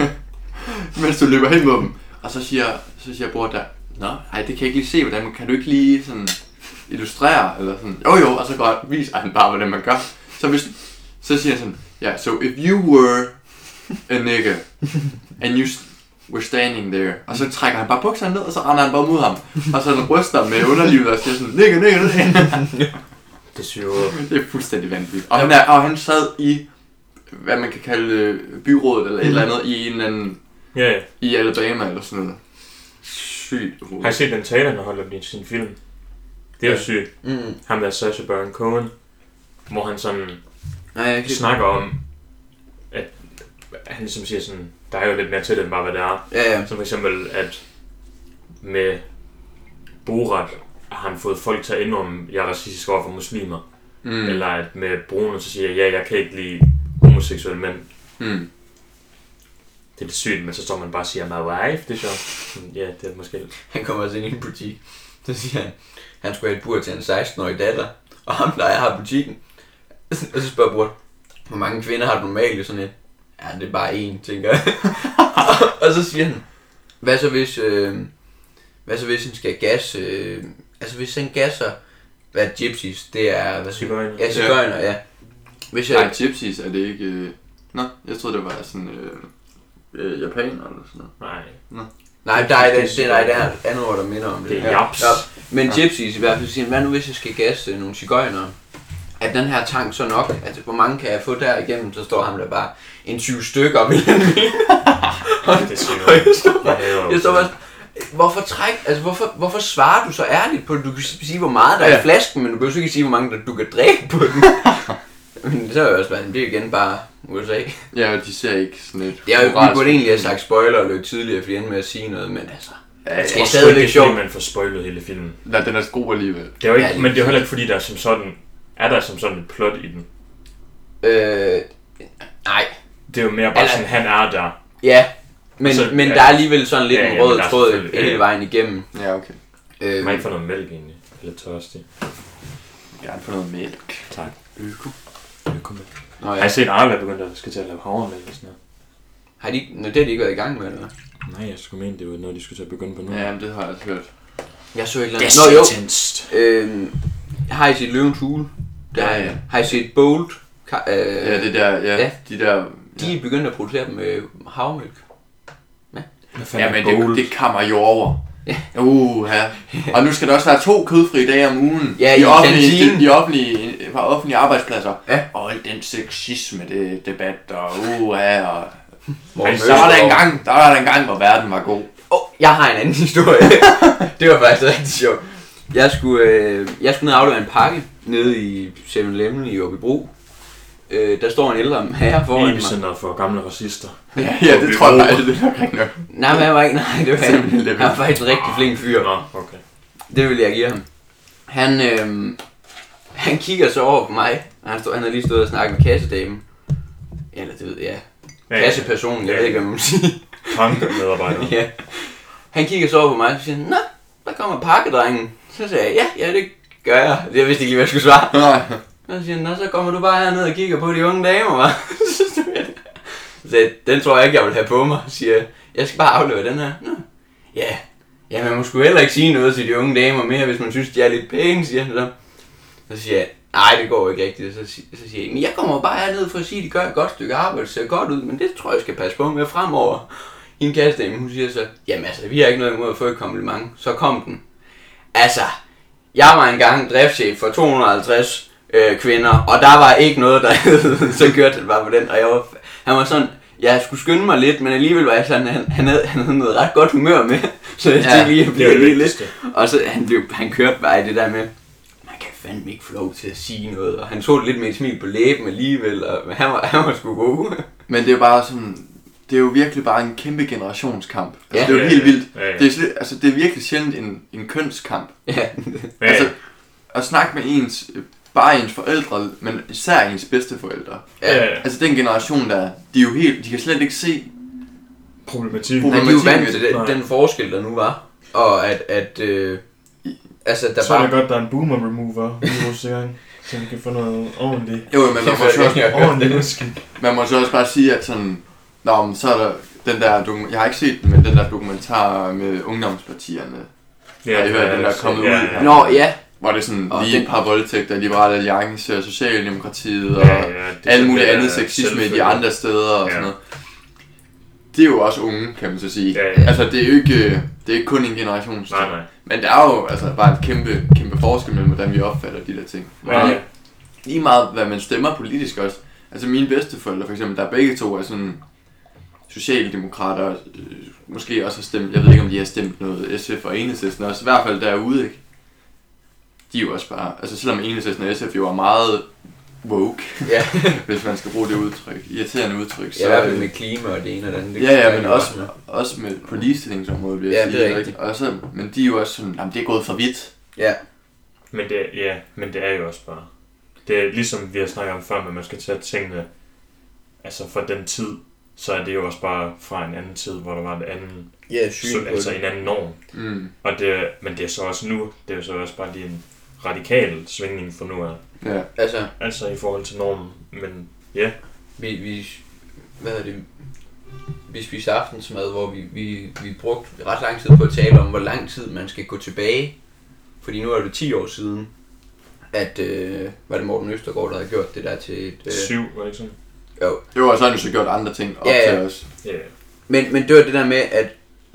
Mens du løber hen mod dem. Og så siger, så siger bror der, nå, ej, det kan jeg ikke lige se, hvordan, kan du ikke lige sådan illustrere, eller sådan, jo jo, og så godt viser han bare, hvordan man gør. Så, hvis, så siger han sådan, ja, yeah, so if you were a nigger, and you were standing there, og så trækker han bare bukserne ned, og så render han bare mod ham, og så han ryster med underlivet, og siger sådan, nigger, nigger, nigger. Det er syret. Det er fuldstændig vanvittigt. Og han, er, og han sad i, hvad man kan kalde øh, byrådet, eller et eller andet, i en eller anden, Ja, ja. i Alabama, eller sådan noget. Sygt. Har I set den tale, han holder i sin film? Det er jo Ja. sygt. Mm. Ham der Sacha Baron Cohen, hvor han sådan Nej, jeg kan snakker om, at han ligesom siger sådan, der er jo lidt mere til det, end bare hvad det er. Ja, ja. Som for eksempel, at med Borat har han fået folk til at indrømme, at jeg er racistisk over for muslimer. Mm. Mm. Eller at med Bruno, så siger jeg, ja, jeg kan ikke lide homoseksuelle mænd. Mm. Det er lidt sygt, men så står man bare og siger, my wife, det er sjovt. Ja, det er måske lidt. Han kommer også ind i en butik. Så siger han, han skulle have et bur til en seksten-årig datter. Og ham, der har butikken. Og så spørger bror, hvor mange kvinder har du normalt i sådan et? Ja, det er bare én, tænker jeg. Og så siger han, hvad så hvis, øh, hvad så hvis han skal gas, øh, altså hvis han gasser, hvad gypsies, det er, hvad Sigøjner. Ja, sigøjner, ja. Hvis jeg, Nej, gypsies er det ikke... Øh... Nå, jeg troede det var sådan... Øh... Øh, japaner eller sådan noget. Nej. nej, der er det, det er der et andet ord, der minder om det. Det er Ja. japs. Ja. Men gypsies i hvert fald siger, hvad nu hvis jeg skal gasse nogle sigøjnere? Er den her tank så nok? Altså, hvor mange kan jeg få der igennem? Så står ham der bare en tyve stykker op i den bil. Og Det er sygt. og jeg står bare, Ja, det er jo jeg står bare, hvorfor træk, altså hvorfor, hvorfor svarer du så ærligt på det? Du kan sige, hvor meget der er Ja. i flasken, men du kan jo ikke sige, hvor mange der du kan drikke på den. Men så er jo også bare, det er igen bare U S A. Ja, de ser ikke sådan et... Det er jo, vi moralsk- burde egentlig have sagt spoiler og løbet tidligere, fordi endte med at sige noget, men altså... Ja, Jeg ja. tror er sgu stadigvæk ikke, det er sjovt. fordi, man får spoilet hele filmen. Nej, den er god alligevel. Det er jo ikke, Ja, det er men det er jo heller ikke fordi, der er som sådan, er der som sådan et plot i den. Øh, nej, Det er jo mere bare Eller- sådan, han er der. ja, men, Så- men ja. der er alligevel sådan lidt Ja, en ja, men rød der er tråd selvfølgelig- hele ja. vejen igennem. Ja, okay. Øh, Man ikke få noget mælk egentlig. Eller tørstig. Jeg har få noget mælk. Tak. Øko. Kom med. Nå, Har ja. I set Arla begyndt at skal til at lave havremælk og sådan noget? Har de, nå, det har de ikke været i gang med, eller hvad? Nej, jeg skulle mene, det var noget, de skulle til at begynde på nu. Ja, men det har jeg altså hørt. Jeg så ikke Det noget. er Nå jo, intenst. øh, har I set Løvens Hule? Der, Ja, ja. Har I set Bolt? Ka- øh, Ja, det der, ja, ja. de der... De er begyndt at producere dem med havremælk. Ja, men det, det kammer jo over. Uh, ja. Og nu skal der også være to kødfrie dage om ugen. Ja, i, i offentlige, kantinen. i offentlige, på offentlige arbejdspladser. Ja. Og al den sexisme det, debat og uh, ja, og... Morten Så var der en Østergaard. gang, der var der en gang, hvor verden var god. Åh, oh, jeg har en anden historie. Det var faktisk rigtig sjovt. Jeg skulle, øh, jeg skulle ned og aflevere en pakke nede i syv eleven i Aabybro. Øh, der står en ældre herre foran mig. Epicenter for gamle racister. Ja, ja det tror jeg faktisk, det er nok rigtig nok. Nej, men han var ikke, nej, det var han. Han var faktisk en rigtig flink fyr. Nå, okay. Det vil jeg give ham. Han, øh, han kigger så over på mig. Han, stod, han havde lige stået og snakket med kassedamen. Eller det ved jeg. Ja, kassepersonen, jeg ved ikke, hvad man må sige. Tankemedarbejder. Ja. Han kigger så over på mig og siger, nå, der kommer pakkedrengen. Så sagde jeg, ja, ja, det gør jeg. Jeg vidste ikke lige, hvad jeg skulle svare. Nej. Og så siger han, nå, så kommer du bare herned og kigger på de unge damer, hva'? Så sagde jeg, den tror jeg ikke, jeg vil have på mig. Så siger jeg, jeg skal bare aflevere den her. Nå. Ja, ja, man må sgu heller ikke sige noget til de unge damer mere, hvis man synes, de er lidt pæne, siger han så. Så siger jeg, nej, det går ikke rigtigt. Så, så siger jeg, men jeg kommer bare herned for at sige, at de gør et godt stykke arbejde, det ser godt ud, men det tror jeg, skal passe på med fremover. Hende kassedame, hun siger så, jamen altså, vi har ikke noget imod at få et kompliment. Så kom den. Altså, jeg var engang driftschef for to hundrede og halvtreds øh, kvinder, og der var ikke noget, der så kørte det bare på den. Og jeg var, han var sådan, jeg skulle skynde mig lidt, men alligevel var jeg sådan, han, han, havde, han havde noget ret godt humør med. Så jeg tænkte lige at blive lige lidt. Og så han, blev, han kørte bare i det der med, man kan fandme ikke få lov til at sige noget. Og han tog det lidt med et smil på læben alligevel, og han var, han var sgu god. Men det er jo bare sådan, det er jo virkelig bare en kæmpe generationskamp. Altså, Ja. det er jo Ja, helt ja, vildt. ja, ja. Det er, slet, altså, det er virkelig sjældent en, en kønskamp. Ja. Ja, Altså, at snakke med ens, bare ens forældre, men især ens bedsteforældre. ja, ja. Altså den generation der, de er jo helt, de kan slet ikke se. Problematik. Nej, de er jo vant til Nej. den, den forskel, der nu var. Og at, at øh, altså, der Så er bare... det godt, der er en boomer remover virus i gang, så vi kan få noget ordentligt. Jo, men man må, så også, Ordentligt udskidt. man må så også bare sige, at sådan, nå, men så er der den der, dokum- jeg har ikke set den, men den der dokumentar med ungdomspartierne, Ja, har I hørt, den der er kommet ud her? Nå, ja. Hvor det er sådan Og lige den- et par voldtægter, Liberale Alliance og Socialdemokratiet og Ja, ja, det alt muligt er andet sexisme i de selvfølge. andre steder og Ja. sådan noget. Det er jo også unge, kan man så sige. Ja, ja. Altså det er jo ikke, det er ikke kun en generation. Nej, nej. Men der er jo altså bare en kæmpe, kæmpe forskel mellem, hvordan vi opfatter de der ting. Ja, ja. Lige meget, hvad man stemmer politisk også. Altså mine bedsteforældre for eksempel, der begge to er sådan socialdemokrater, øh, måske også har stemt, jeg ved ikke om de har stemt noget S F og Enhedslisten også, i hvert fald derude, ikke? De er jo også bare, altså selvom Enhedslisten og S F jo er meget woke, Ja. hvis man skal bruge det udtryk, irriterende udtryk. Ja, i hvert fald med klima og det ene og det andet. Det Ja, ja, kan men jo også, med. også med på ligestillingsområdet, vil jeg Ja, sige. det er ikke? rigtigt. Og så, men de er jo også sådan, jamen det er gået for vidt. Ja. Men det, ja, men det er jo også bare... Det er ligesom vi har snakket om før, men man skal tage tingene... Altså for den tid, så er det jo også bare fra en anden tid, hvor der var en anden... Ja, Så, syn på altså det. en anden norm. Mm. Og det, men det er så også nu, det er jo så også bare lige en radikal svingning for nu af. Ja. Altså, Altså i forhold til normen, men ja. vi, vi, hvad er det, vi spiste aftensmad, hvor vi, vi, vi brugte ret lang tid på at tale om, hvor lang tid man skal gå tilbage. Fordi nu er det ti år siden, at, øh, var det Morten Østergaard, der havde gjort det der til et... Øh, Syv, var det ikke sådan? Jo, og så har han jo så gjort andre ting op Ja, ja. til os. Ja. men, men det var det der med, at...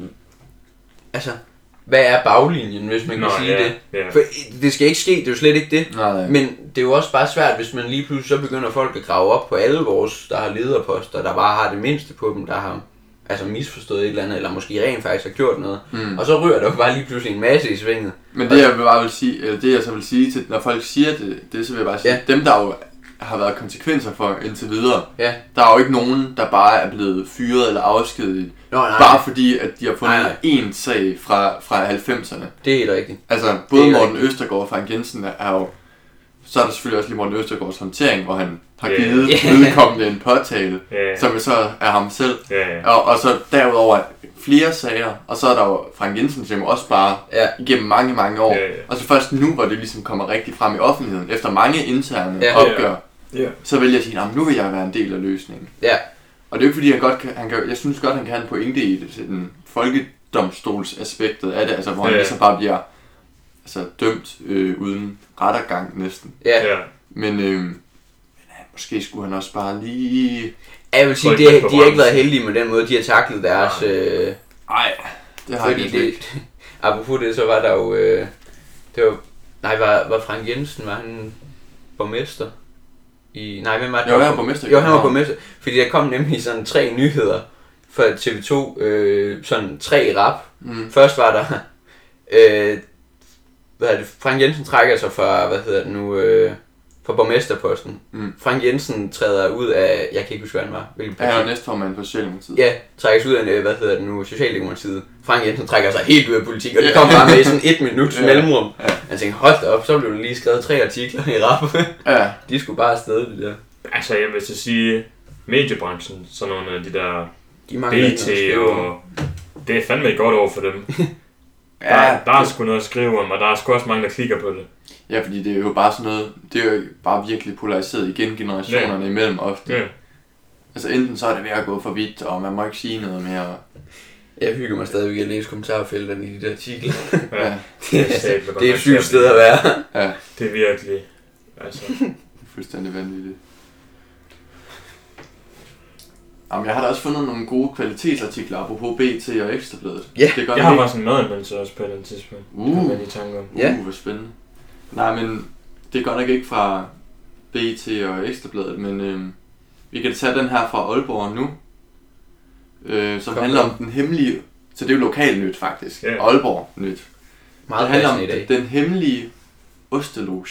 Altså, hvad er baglinjen, hvis man kan Nå, sige ja, det? ja. For det skal ikke ske, det er jo slet ikke det. Nej, nej. Men det er jo også bare svært, hvis man lige pludselig så begynder folk at grave op på alle vores, der har lederposter, der bare har det mindste på dem, der har altså misforstået et eller andet, eller måske rent faktisk har gjort noget. Mm. Og så ryger der jo bare lige pludselig en masse i svinget. Men det jeg vil bare vil sige, eller det jeg så vil sige til, når folk siger det, det så vil jeg bare sige, Ja. dem der jo har været konsekvenser for indtil videre, Ja. der er jo ikke nogen, der bare er blevet fyret eller afskediget, Nå, nej, bare fordi at de har fundet Nej, én sag fra, fra halvfemserne. det er helt rigtigt. Altså både Det er Morten Østergaard og Frank Jensen er jo, så er der selvfølgelig også lige Morten Østergaards håndtering, hvor han har Ja. givet Ja. vedkommende en påtale, Ja, som jo så er ham selv. ja, ja. Og, og så derudover flere sager, og så er der jo Frank Jensen, som jo også bare Ja. igennem mange, mange år. Ja, ja. Og så først nu, hvor det ligesom kommer rigtig frem i offentligheden, efter mange interne Ja. opgør, Ja. så vælger jeg at sige, "Nå, men nu vil jeg være en del af løsningen." Ja. Og det er jo ikke fordi, han godt kan, han kan, jeg synes godt, han kan have en pointe i det, den folkedomstolsaspektet af det, altså hvor han Ja, ja. ligesom bare bliver altså, dømt øh, uden rettergang næsten. Ja. Ja. Men øh, men, ja, måske skulle han også bare lige... Jeg vil sige, Tryk det, lidt på de har ikke været bremsen. heldige med den måde, de har taklet deres... Nej. Øh, Nej, det har fordi jeg det, ikke. apropos det, så var der jo... Øh, det var, nej, var, var Frank Jensen, var han borgmester? I, nej, hvem var det? Jo, han var borgmester i Jo, han var København. borgmester. Fordi der kom nemlig sådan tre nyheder fra T V to, øh, sådan tre rap. Mm. Først var der, øh, hvad er det, Frank Jensen trækker sig fra, hvad hedder det nu, øh, fra borgmesterposten. Mm. Frank Jensen træder ud af, jeg kan ikke huske, hvad han var. Hvilken parti? Han er næstformand på Socialdemokratiet. Ja, trækkes ud af, hvad hedder det nu, Socialdemokratiet. Frank Jensen trækker sig helt ud af politik, og det kom bare med i sådan et minuts ja. mellemrum. Ja. Jeg tænkte, hold da op, så blev der lige skrevet tre artikler i rap. Ja. De skulle bare afsted, det der. Altså, jeg vil så sige, mediebranchen, sådan nogle af de der de B T og... Det er fandme godt over for dem. ja, der, der er sgu noget at skrive om, og der er sgu også mange, der klikker på det. Ja, fordi det er jo bare sådan noget, det er jo bare virkelig polariseret igen generationerne ja. imellem ofte. Ja. Altså enten så er det ved at gå for vidt, og man må ikke sige noget mere. Jeg hygger mig stadigvæk at læse kommentarfelterne i de der artikler. ja. det, er, det er et sygt sted at være. ja. Det er virkelig, altså. Fuldstændig vanvittigt. Jamen, jeg har da også fundet nogle gode kvalitetsartikler, apropos B T og Ekstrabladet. Ja, det gør jeg har bare sådan noget anmeldelse også på den tidspunkt. Uh, man i tanke om. uh, hvor spændende. Nej, men det er godt nok ikke fra B T og Ekstrabladet, men øh, vi kan tage den her fra Aalborg nu, øh, som Kom handler om den hemmelige, så det er jo lokalnyt faktisk, yeah. Aalborg nyt. Meget det handler om den, den hemmelige osteloge.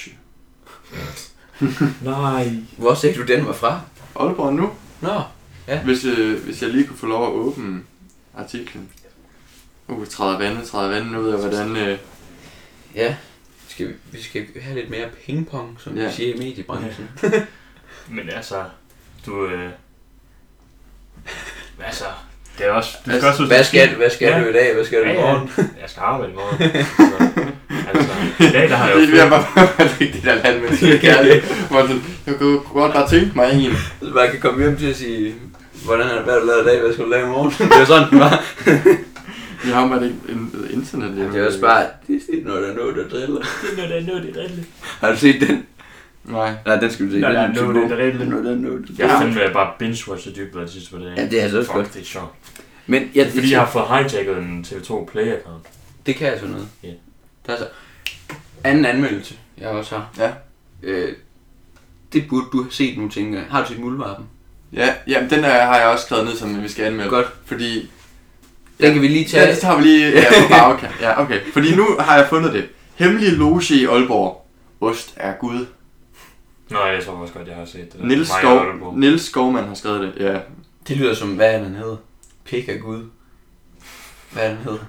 Nej. Hvor sagde du den var fra? Aalborg nu. Nå. Ja. Hvis, øh, hvis jeg lige kunne få lov at åbne artiklen. Uh, træder vandet, træder vandet, nu ved jeg hvordan... Øh... Ja, skal vi, vi skal have lidt mere pingpong, som ja. vi siger i mediebranchen. Ja. Men altså, du... Øh... Altså, det er også... Du skal hvad, også hvad skal, hvad skal ja. du i dag? Hvad skal du i morgen? Ja, jeg skal arbejde i morgen. Altså, i dag der har jeg jo... Det er bare vigtigt at lande med sin kærlighed. Jeg kunne godt bare tænke mig en. Så man kan komme hjem til at sige... Hvordan er det, hvad du lavet i dag, hvad skal du lave i morgen? Det er sådan, den var. Vi har bare en, en internet. Ja, det er også bare, det er sådan noget, der er noget, der driller. Det er noget, der er noget, der driller. Har du set den? Nej. Nej, den skal du se. Nej, der er noget, der driller. Noget, der er noget, der driller. Jeg fandt bare binge-watch dybt på det sidste på det. Ja, det er altså også godt. Det er sjovt. Men jeg, fordi jeg har fået hijacket en T V to Play-account. Det kan altså noget. Ja. Der er så anden anmeldelse, jeg også har. Ja. Øh, det burde du have set nu, tænker jeg. Har du set Muldvarpen? Ja, jamen den der har jeg også skrevet ned, som vi skal anmelde. Godt. Fordi... Den ja, kan vi lige tage. Ja, det tager vi lige ja, på bagkant. Ja, okay. Fordi nu har jeg fundet det. Hemmelig loge i Aalborg. Ost er Gud. Nej, jeg tror også godt, jeg har set det. Niels, Skov, Niels Skovmand har skrevet det, ja. Det lyder som, hvad er den hedder? Pik af Gud. Hvad er den hedder?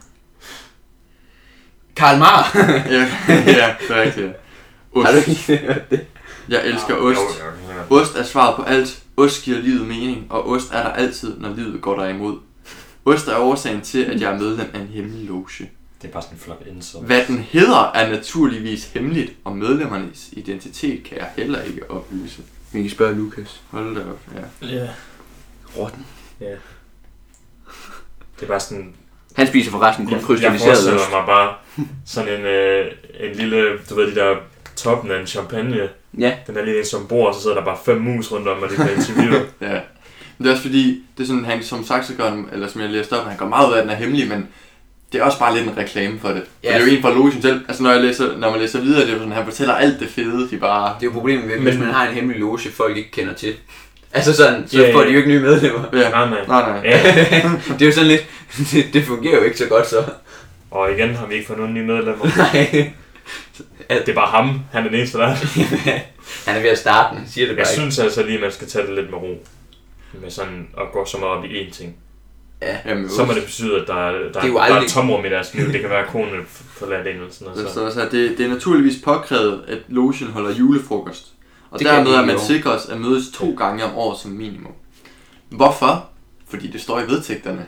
Karl Marr. ja, ja, det er rigtigt. Ost. Har du ikke hørt det? Jeg elsker ost. Ost er svaret på alt. Ost giver livet mening, og ost er der altid, når livet går dig imod. Ost er årsagen til, at jeg er medlem af en hemmelig loge. Det er bare sådan en flok indsats. Hvad den hedder er naturligvis hemmeligt, og medlemmernes identitet kan jeg heller ikke oplyse. Vi kan spørge Lukas. Hold da op, ja. Ja. Rotten. Ja. Det er bare sådan... Han spiser forresten kun krystalliseret ost. Jeg forestiller mig bare sådan en, øh, en lille, du ved de der toppen af en champagne. Ja. Den der lille som bord, og så sidder der bare fem mus rundt om, og det kan interviewe. Ja. Men det er også fordi, det er sådan, han som sagt så gør, eller som jeg læste op, han går meget ud af, at den er hemmelig, men det er også bare lidt en reklame for det. Ja. Det er jo en fra logen selv. Altså når, jeg læser, når man læser videre, det er sådan, han fortæller alt det fede, de bare... Det er jo problemet ved, hvis man har en hemmelig loge, folk ikke kender til. Altså sådan, så yeah, får de jo ikke nye medlemmer. Ja. Nej, nej. nej, nej. Ja. Det er jo sådan lidt, det, det fungerer jo ikke så godt så. Og igen har vi ikke fået nogen nye medlemmer. Nej. Det er bare ham, han er den eneste der. Han er ved at starte, han siger det bare Jeg ikke. synes altså lige, at man skal tage det lidt med ro. Med sådan at gå så meget op i én ting. Ja. Jamen, så må det betyde, at der, der, det er, der aldrig... er et tomrum i deres liv. Det kan være, at konen forladt en eller sådan noget. Så. Så, så det, det er naturligvis påkrævet, at logen holder julefrokost. Og det dermed er man sikres at mødes to gange om året som minimum. Hvorfor? Fordi det står i vedtægterne.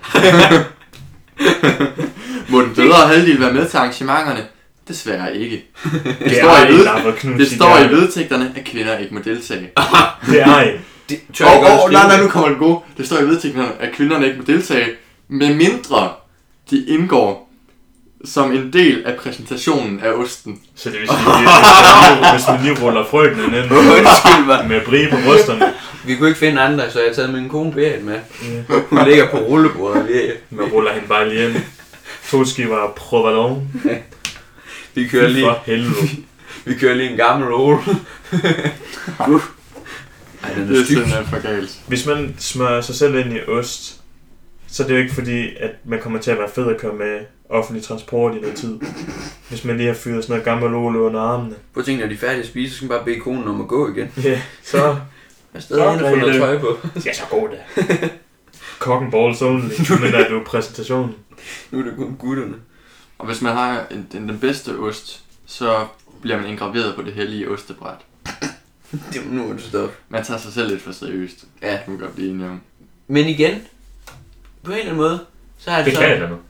Må den bedre halvdel være med til arrangementerne? Desværre ikke. Det, det står, i, ved... det står i vedtægterne, at kvinder ikke må deltage. Det er ej. Åh, oh, oh, nej, nej, nu kommer det gode. Det står i vedtægterne, at kvinderne ikke må deltage, med mindre de indgår som en del af præsentationen af osten. Så det vil sige, at hvis man lige ruller frøkenen ind med brie på brysterne. Vi kunne ikke finde andre, så jeg har taget min kone Berit med. Hun ligger på rullebordet lige. Man ruller hende bare lige ind. To skiver provolone. Ja. Vi kører lige. For helvede. Vi kører lige en gammel rulle. Ej, den er, det er simpelthen for galt. Hvis man smører sig selv ind i ost, så det er jo ikke fordi, at man kommer til at være fed at køre med offentlig transport i noget tid. Hvis man lige har fyret sådan noget gammel ole under armene. Prøv at tænke, når de er færdige at spise, så skal man bare bede konen om at gå igen. Ja, yeah, så... Jeg er stadig inde og få noget tøj på. Ja, så god da. Cock and balls only, men er du præsentationen. Nu er det kun gutterne. Og hvis man har en, den, den bedste ost, så bliver man engraveret på det hellige ostebræt. Det nu er det stoppe. Man tager sig selv lidt for seriøst. Ja. Det kan godt blive enige om. Men igen, på en eller anden måde, så er det, det sådan... Det kan jeg da nu.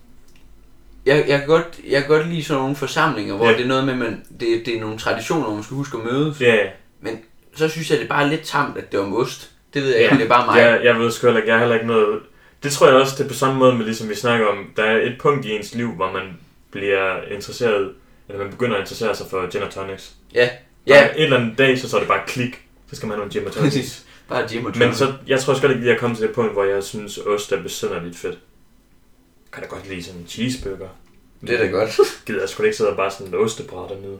Jeg, jeg, kan godt, jeg kan godt lide sådan nogle forsamlinger, hvor ja. det er noget med, man, det, det er nogle traditioner, hvor man skal huske at mødes. Ja, ja. Men så synes jeg, det er bare lidt tamt, at det er om ost. Det ved jeg ikke, ja. Det er bare mig. Jeg, jeg ved sgu heller ikke, jeg har heller ikke noget... Det tror jeg også, det er på samme måde med, ligesom vi snakker om, der er et punkt i ens liv, hvor man bliver interesseret, eller man begynder at interessere sig for gin og tonics. Ja. Ja. Og en eller anden dag, så så er det bare klik, så skal man have nogle gin og tonics. Bare gin og tonics. Men så, jeg tror også godt ikke, at jeg er kommet til det punkt, hvor jeg synes, ost er besynderligt fedt. Jeg kan da godt lide sådan en cheeseburger. Det er da godt. Gider jeg sgu da ikke sidde og bare sådan en ostebræt dernede.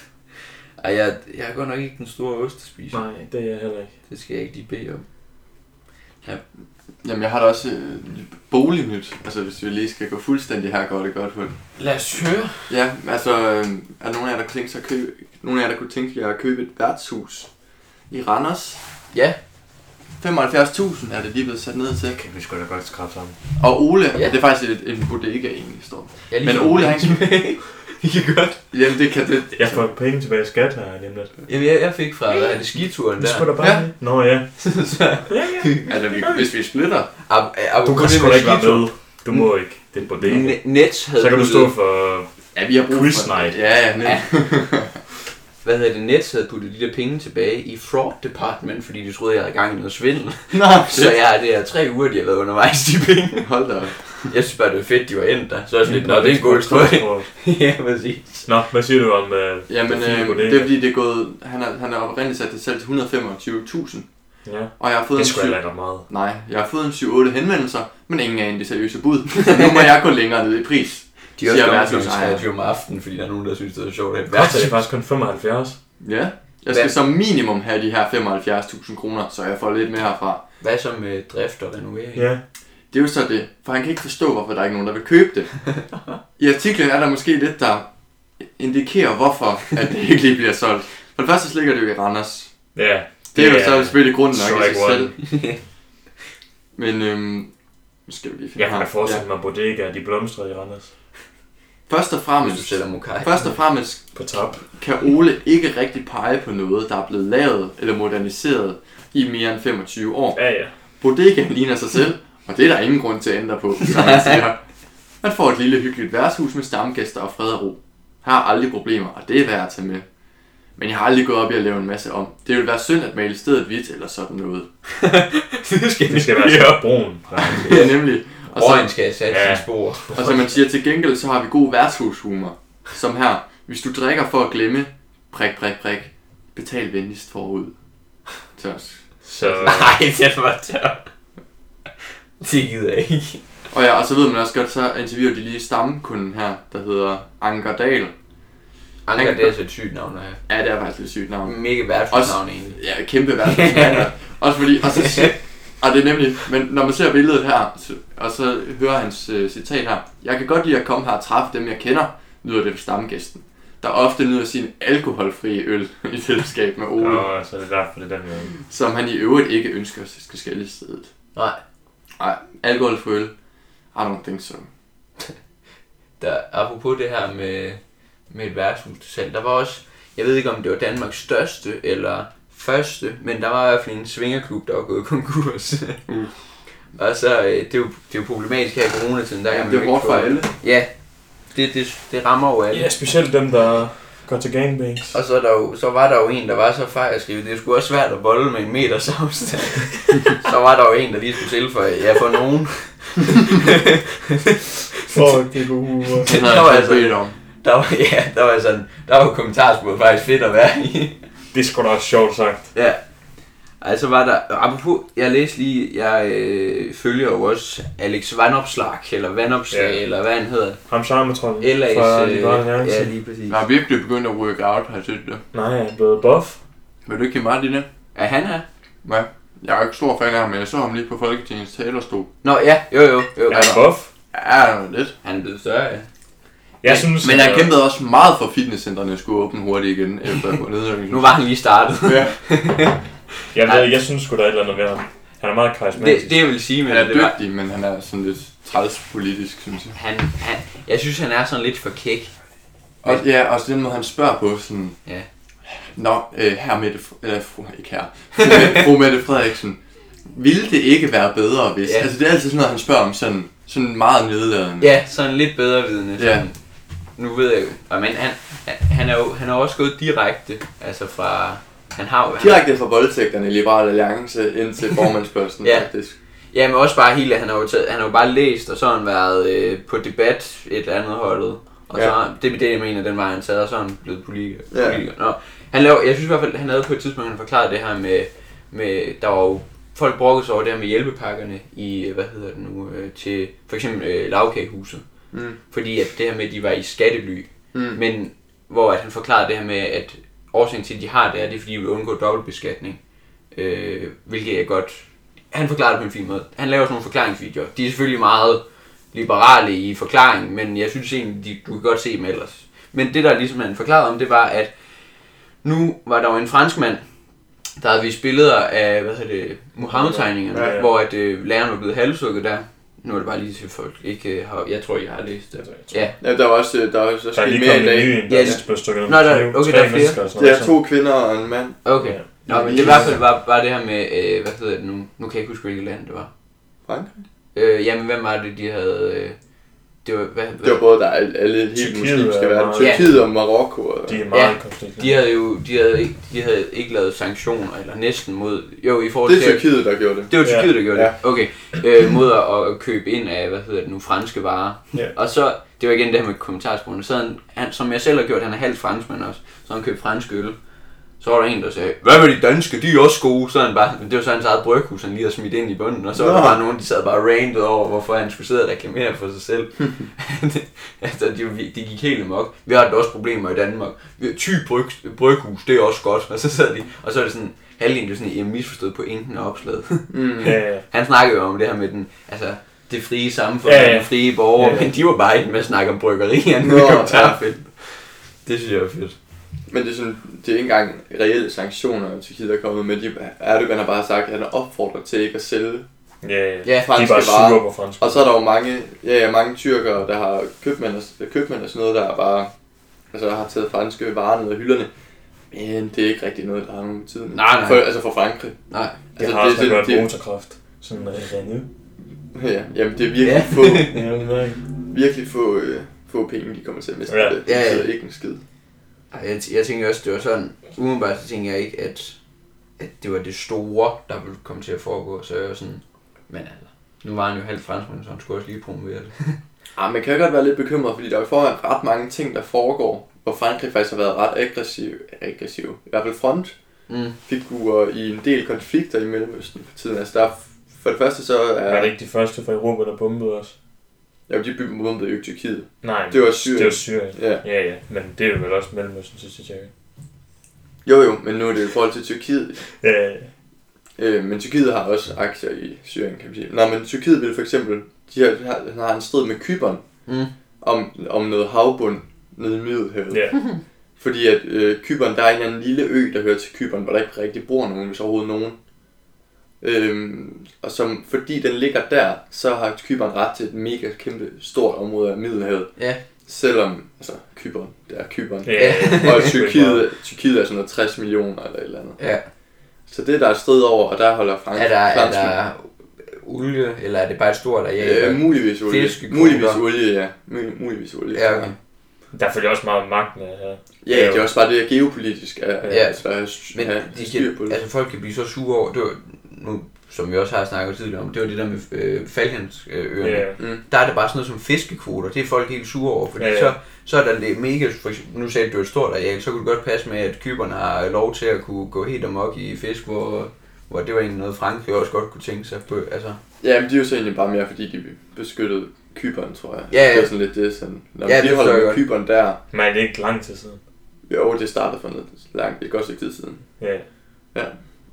Ej, jeg, jeg er godt nok ikke den store ostespiser. Nej, det er jeg heller ikke. Det skal jeg ikke lige bede om. Ja. Jamen, jeg har da også øh, bolignyt, altså hvis vi lige skal gå fuldstændig her, går det godt hul. Lad os høre. Ja, altså, øh, er nogen af jer, der kunne tænke sig at købe, nogen af jer, der kunne tænke jer at købe et værtshus i Randers? Ja. femoghalvfjerds tusind er det lige blevet sat ned til. Det kan vi sgu da godt skrabe sammen. Og Ole, ja. Det er faktisk et, en bodega egentlig, står. Men Ole, han kan... Det kan godt. Jamen, det kan det. Jeg får penge tilbage i skat her, nemlig. Jamen, jeg, jeg fik fra ja. skituren der. Det skulle da bare ja. Nå ja. så, ja, ja. Altså, vi, hvis vi splitter. Ab, ab, du kan sgu da ikke være med. Du må ikke. Det er bodega. Nets havde så kan du stå for ja, vi har brug quiz for night. Ja, ja. ja. Hvad hedder det? Nets havde puttet de der penge tilbage i fraud department, fordi de troede, jeg havde gang i noget svindel. Nå, så jeg har det her tre uger, de har været undervejs, de penge. Hold da op. Jeg synes bare, det var fedt, de var endt der. Så også lidt, nå, det er en god historie. Ja, præcis. Nå, hvad siger du om uh, Jamen, øh, det er fordi, det er gået... Han har, han har oprindeligt sat det selv til et hundrede og femogtyve tusind. Ja. Og jeg har fået det skulle en jeg meget. Nej, jeg har fået en syv otte henvendelser, men ingen af en de seriøse bud. Så nu må jeg gå længere ned i pris. De er også kommet til om aftenen, fordi der er nogen, der synes, det er sjovt. Det koster det faktisk kun femoghalvfjerds. Ja, jeg skal som minimum have de her femoghalvfjerds tusind kroner, så jeg får lidt mere herfra. Hvad så med drift og renovering? Ja. Det er jo så det, for han kan ikke forstå, hvorfor der er ikke nogen, der vil købe det. I artiklen er der måske lidt, der indikerer, hvorfor at det ikke lige bliver solgt. For det første så ligger det jo i Randers. Ja. Det er jo så selvfølgelig grunden nok i sig selv. Men øhm, skal vi lige finde jeg kan da forestille mig, at bodega de blomstrer i Randers. Først og fremmest, først og fremmest på top. Kan Ole ikke rigtig pege på noget, der er blevet lavet eller moderniseret i mere end femogtyve år. Ja, ja. Bodegaen ligner sig selv, og det er der ingen grund til at ændre på, som man siger. Man får et lille hyggeligt værtshus med stamgæster og fred og ro. Her er aldrig problemer, og det er værd at tage med. Men jeg har aldrig gået op i at lave en masse om. Det vil være synd at male stedet hvidt eller sådan noget. det skal, det skal være så brun. Ja, nemlig. Og så skal jeg sætte ja. spor. Og så man siger, til gengæld så har vi god værtshushumor. Som her, hvis du drikker for at glemme, prik, prik, prik, betal venligst forud. Så. Så. Nej, det var tør. Det gider jeg ikke. Og ja, og så ved man også godt, så interviewer de lige stamkunden her, der hedder Anker Dahl. Anker, det er så et sygt navn, ja. Ja, det er faktisk et sygt navn. Mega værtshusnavn egentlig. Ja, kæmpe værtshusnavn. Også fordi, og så og det er nemlig, men når man ser billedet her, så, og så hører hans uh, citat her. Jeg kan godt lide at komme her og træffe dem, jeg kender, lyder det for stamgæsten. Der ofte nyder sin alkoholfrie øl i selskab med Ole. Nå, så er det derfor, det er den her. Som han i øvrigt ikke ønsker, at skal skælde stedet. Nej. Nej, alkoholfri øl. I don't think so. Der, apropos det her med, med et værtshus selv, der var også, jeg ved ikke om det var Danmarks største eller første, men der var i hvert fald en svingerklub, der var gået konkurs. uh. Og så, det er, jo, det er jo problematisk her i coronatiden. Der ja, kan det er hårdt for alle. Ja, det, det, det rammer jo alle. Ja, specielt dem, der går til gangbangs. Og så, der jo, så var der jo en, der var så fejrskrivet, det er sgu også svært at bolle med en meters afstand. Så var der jo en, der lige skulle tilføje, ja for nogen. Fuck, det er gode uger. Der var altså, der var, ja, der var sådan, der var jo kommentarspurgt faktisk fedt at være i. Det er sgu da også sjovt sagt. Ja. Altså var der, apropos, jeg læste lige, jeg øh, følger jo også Alex Vanopslagh, eller Vanopslag, ja. Eller hvad han hedder. Ham charmetrollen fra øh, ja, lige præcis. Jeg har virkelig begyndt at work out, har jeg set det. Nej, han er blevet buff. Vil du ikke give mig det? Ja, han er. Ja. Jeg er jo ikke stor fan af ham, men jeg så ham lige på Folketingets talerstol. Nå ja, jo jo. jo Er han buff? Ja, lidt. Han er blevet større, ja. Jeg men, synes, men han kæmpede også meget for fitnesscentrene skulle åbne hurtigt igen efter nedrykningen. Nu var han lige startet. Ja. Jeg, ved, jeg synes sgu da et eller andet ved ham. Han er meget karismatisk. Det, det jeg vil sige med Han er det var, dygtig, men han er sådan lidt træls politisk, synes jeg. han, han, jeg synes han er sådan lidt for kæk. Og ja, også den måde han spørger på sådan... Ja. Nå, øh, her Mette... Eller fru, ikke her. Fru, Mette- fru Mette Frederiksen. Ville det ikke være bedre, hvis... Ja. Altså, det er altid sådan noget, han spørger om sådan, sådan meget nedladende. Ja, sådan lidt bedre vidende. Ja. Sådan. Nu ved jeg jo, men han, han, han, er jo, han er også gået direkte, altså fra... Han har jo... Han, Direkte fra voldtægterne i Liberal Alliance ind til formandsposten, Ja. faktisk. ja, men også bare hele, han har jo, taget, han har jo bare læst, og så har han været øh, på debat et eller andet holdet. Og Ja. så har- det er det, jeg mener, den vej han taget, og så er han blevet politiker. Ja. politiker. Nå, han laver, jeg synes i hvert fald, han havde på et tidspunkt, han forklarede det her med, med der var jo folk brokkede sig over det her med hjælpepakkerne i, hvad hedder det nu, øh, til for eksempel øh, lavkagehuset. Mm. Fordi at det her med, at de var i skattely. Mm. Men hvor at han forklarede det her med, at årsagen til, at de har det, er, det er, fordi de vil undgå dobbeltbeskatning. Øh, hvilket er godt. Han forklarer det på en fin måde. Han laver sådan nogle forklaringsvideoer. De er selvfølgelig meget liberale i forklaringen, men jeg synes egentlig, de, du kan godt se dem ellers. Men det, der ligesom han forklarede om, det var, at nu var der jo en franskmand, der havde vist billeder af, hvad hedder det, Muhammed-tegningerne, Ja, ja. hvor at øh, læreren var blevet halvsukket der. Nu er det bare lige til folk ikke øh, har, jeg tror, jeg har læst det. Ja. Ja, der var også, der var også Der er sket lige mere i kommet en dag. ny en, Ja, der det- er blevet stukket Nå, noget der- kniv, okay, tre der er flere. mennesker og sådan Det noget. er to kvinder og en mand. Okay. Ja. Nå, men det er i hvert fald bare, bare det her med, øh, hvad hedder det nu? Nu kan jeg ikke huske, hvilket land det var. Frankrig? Øh, jamen, hvem var det, de havde... Øh, det var, hvad, Det hvad, var både der er alle helt Tyrkiet muslimske er verden. meget- Tyrkiet og Marokko. Og... De er meget Ja, i konflikt. de havde jo de havde ikke, de havde ikke lavet sanktioner, eller næsten mod... Jo, i forhold Det til... er Tyrkiet, der gjorde det. Det var Ja. Tyrkiet, der gjorde Ja. det. Okay. Øh, mod at, at købe ind af, hvad hedder det nu, franske varer. Ja. Og så, det var igen det her med kommentarsporene. Så han, han, som jeg selv har gjort, han er halvt franskmand også, så han købte fransk øl. Så var der en, der sagde, hvad med de danske, de er også gode. Så han bare, det var så hans eget bryghus, han lige havde smidt ind i bunden. Og så var der Nå. bare nogen, de sad bare rantet over, hvorfor han skulle sidde og reklamere for sig selv. altså, de, de gik helt amok. Vi har også problemer i Danmark. Vi har Thy bryg, bryghus, det er også godt. Og så sad de, og så er det sådan, halvdelen, det er sådan, jeg misforstået pointen af opslaget. Mm. Ja, ja. Han snakkede jo om det her med den, altså, det frie samfund, Ja, ja, ja. den frie borger, Ja, ja. men de var bare ikke med at snakke om bryggerierne Nå, i kommentarfeltet. Det synes jeg var fedt. Men det er, sådan, det er ikke engang reelle sanktioner, Tyrkiet er kommet med. De, Erdogan har bare sagt, at han opfordrer til ikke at sælge Ja, ja. Ja, De er franske bare varer. sure på fransk. Og så er der jo mange, ja, ja, mange tyrkere, der har købmænd og, købmænd og sådan noget, der bare altså, har taget franske varer ned af hylderne. Men det er ikke rigtig noget, der har nogen betydning. Nej, nej. For, altså for Frankrig. Nej. Det Altså, har også det, godt det, motorkraft. Sådan en Renault. ja, jamen, det er virkelig Ja. få, Ja, men nej. virkelig få, øh, få penge, de kommer til at miste. Ja. Ja. Det Ja, ja. betyder ikke en skid. Ej, Jeg, jeg tænker også, det var sådan, umiddelbart så tænker jeg ikke, at, at det var det store, der ville komme til at foregå, så jeg var sådan, men altså, nu var han jo halvt franskmand, så han skulle også lige promovere det. Ah, man kan jo godt være lidt bekymret, fordi der er jo foran ret mange ting, der foregår, hvor Frankrig faktisk har været ret aggressiv, aggressiv. I hvert fald frontfigurer Mm. i en del konflikter i Mellemøsten for tiden. Altså der er, for det første så er... Var det ikke de første fra Europa, der bombede os? Ja, de bombede jo ikke Tyrkiet. Nej, Det var Syrien. Det var Syrien. Ja. Ja, ja. Men det er jo vel også Mellemøsten, synes jeg. Jo jo, men nu er det i forhold til Tyrkiet. Ja, ja. Øh, men Tyrkiet har også aktier i Syrien, kan man sige. Nå, men Tyrkiet vil for eksempel... De har, har, har en strid med Cypern Mm. om, om noget havbund nede i Middelhavet. Ja. Fordi at øh, Cypern, der er en eller anden lille ø, der hører til Cypern, hvor der ikke rigtig bor nogen, hvis overhovedet nogen. Øhm, og som, fordi den ligger der, så har Cypern ret til et mega kæmpe stort område af Middelhavet. Ja. Selvom, altså Cypern, det er Cypern. Ja. Og Tyrkiet, Tyrkiet er sådan noget tres millioner eller et eller andet. Ja. Så det der er strid over, og der holder Frankrig. Er der, er der olie, eller er det bare et stort areal? Øh, muligvis olie. Fiskekvoter. Muligvis olie, ja. Mu- muligvis olie. Ja, okay. Der følger også meget magten af her. Ja, det er også bare det geopolitisk at Ja. altså, have, Men have de styr på kan, det. altså folk kan blive så sure over, det var, nu, som vi også har snakket tidligere om, det var det der med øh, Falklandsøerne. Ja. Mm. Der er det bare sådan noget som fiskekvoter, det er folk helt sure over, fordi Ja, ja. så, så er der det mega, for eksempel, nu sagde du, det var et stort areal, så kunne det godt passe med, at Cypern har lov til at kunne gå helt amok i fisk, hvor, hvor det var egentlig noget Frankrig også godt kunne tænke sig på, altså. Ja, men de er jo så egentlig bare mere, fordi de beskyttede Cypern, tror jeg. Ja, ja. Det er sådan lidt det, sådan, når Ja, ja, det de holder forstår med jeg Cypern der, Men det er ikke lang tid siden. jo, det startede for noget langt, et godt stykke tid siden. Ja. Ja.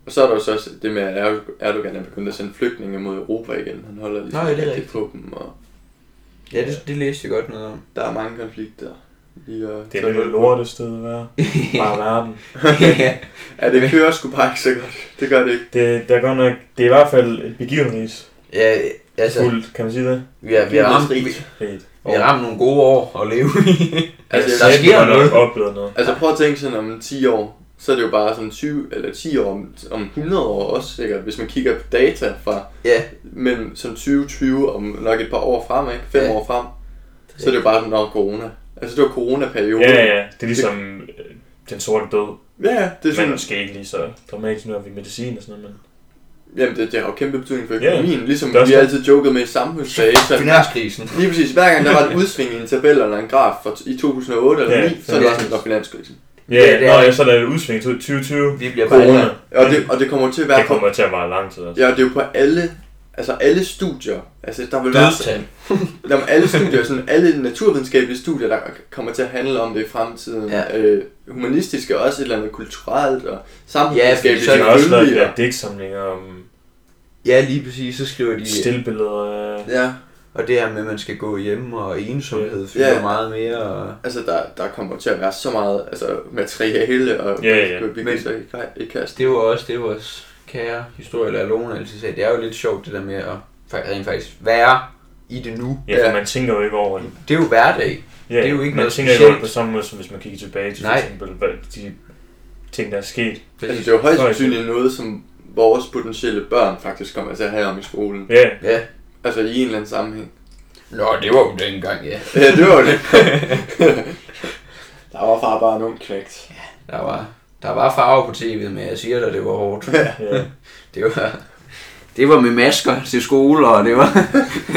Og så er der jo så også det med, at Erdogan er begyndt at sende flygtninge mod Europa igen. Han holder ligesom Nå, ja, det er rigtig rigtigt. på dem, og Ja, det, det læste jeg godt noget om. der er mange konflikter. Lige at Det er tage lidt hul et på. lortested at være. Bare verden. Ja, det kører sgu bare ikke så godt. Det gør det ikke. Det, der er godt nok, det er i hvert fald et begivenhedsfuldt, Ja, altså, kan man sige det? vi har, vi har, ramt, vi, Begivenhedsrigt. vi har ramt nogle gode år at leve i. Altså, der jeg- sker har nok noget. oplevet noget. Altså prøv at tænke sådan om ti år, så er det jo bare sådan tyve eller ti år, om, om hundrede år også sikkert, hvis man kigger på data fra Ja, mellem sådan tyve tyve om nok et par år frem, ikke? Fem Ja. år frem, så er det jo bare sådan, når corona. Altså det var corona-perioden. Ja, ja, ja. Det er ligesom øh, den sorte død. Ja, ja, det er Men sådan, måske ikke lige så dramatisk, når vi er medicin og sådan noget, men... jamen det, det har jo kæmpe betydning for Ja, økonomien, ligesom det er også vi det. altid jokede med i samfundsfag. Så finanskrisen. lige præcis, hver gang der var et udsving i en tabel eller en graf for, i to tusind og otte eller Ja, ni, så er det ja. også sådan, der finanskrisen. Ja, Ja, ja, det nå, er- ja, så er der et udsving til tyve tyve. Vi bliver bare Corona. Og det, og det kommer til at være Det kommer til at vare lang tid også. Ja, det er jo på alle, altså alle studier. Altså der vil være dødstal. der er alle studier, sådan alle naturvidenskabelige studier, der kommer til at handle om det i fremtiden. Ja. Øh, humanistiske også et eller andet kulturelt og Ja, samfundsvidenskabeligt. fordi så Så er der også lavet selvfølgelig, ja, digtsamlinger om Ja, lige præcis, så skriver de... stillbilleder af... ja, Og det her med, at man skal gå hjemme, og ensomhed fylder Ja. meget mere. Og... altså der, der kommer til at være så meget altså, materiale, og Ja, ja. vi Men- kan så ikke, ikke kaste. Det var også det, vores kære historielærer Lone altid sagde. Det er jo lidt sjovt, det der med at fa- rent faktisk være i det nu. Ja, for Ja. man tænker jo ikke over det. Det er jo hverdag. Ja, Det er jo ikke man noget tænker ikke over det specielt. på samme måde, som hvis man kigger tilbage til Nej. for eksempel hvad de ting, der er sket. Altså, det er jo højst Højst. sandsynligt noget, som vores potentielle børn faktisk kommer til at have om i skolen. Ja, Ja. Altså i en eller anden sammenhæng. Nå, det var jo dengang, ja. Ja, det var det. Der var far bare en ung knægt. Der var, der var farve på tv'et, men jeg siger dig, det var hårdt. ja. Det var, det var med masker til skole, og det var...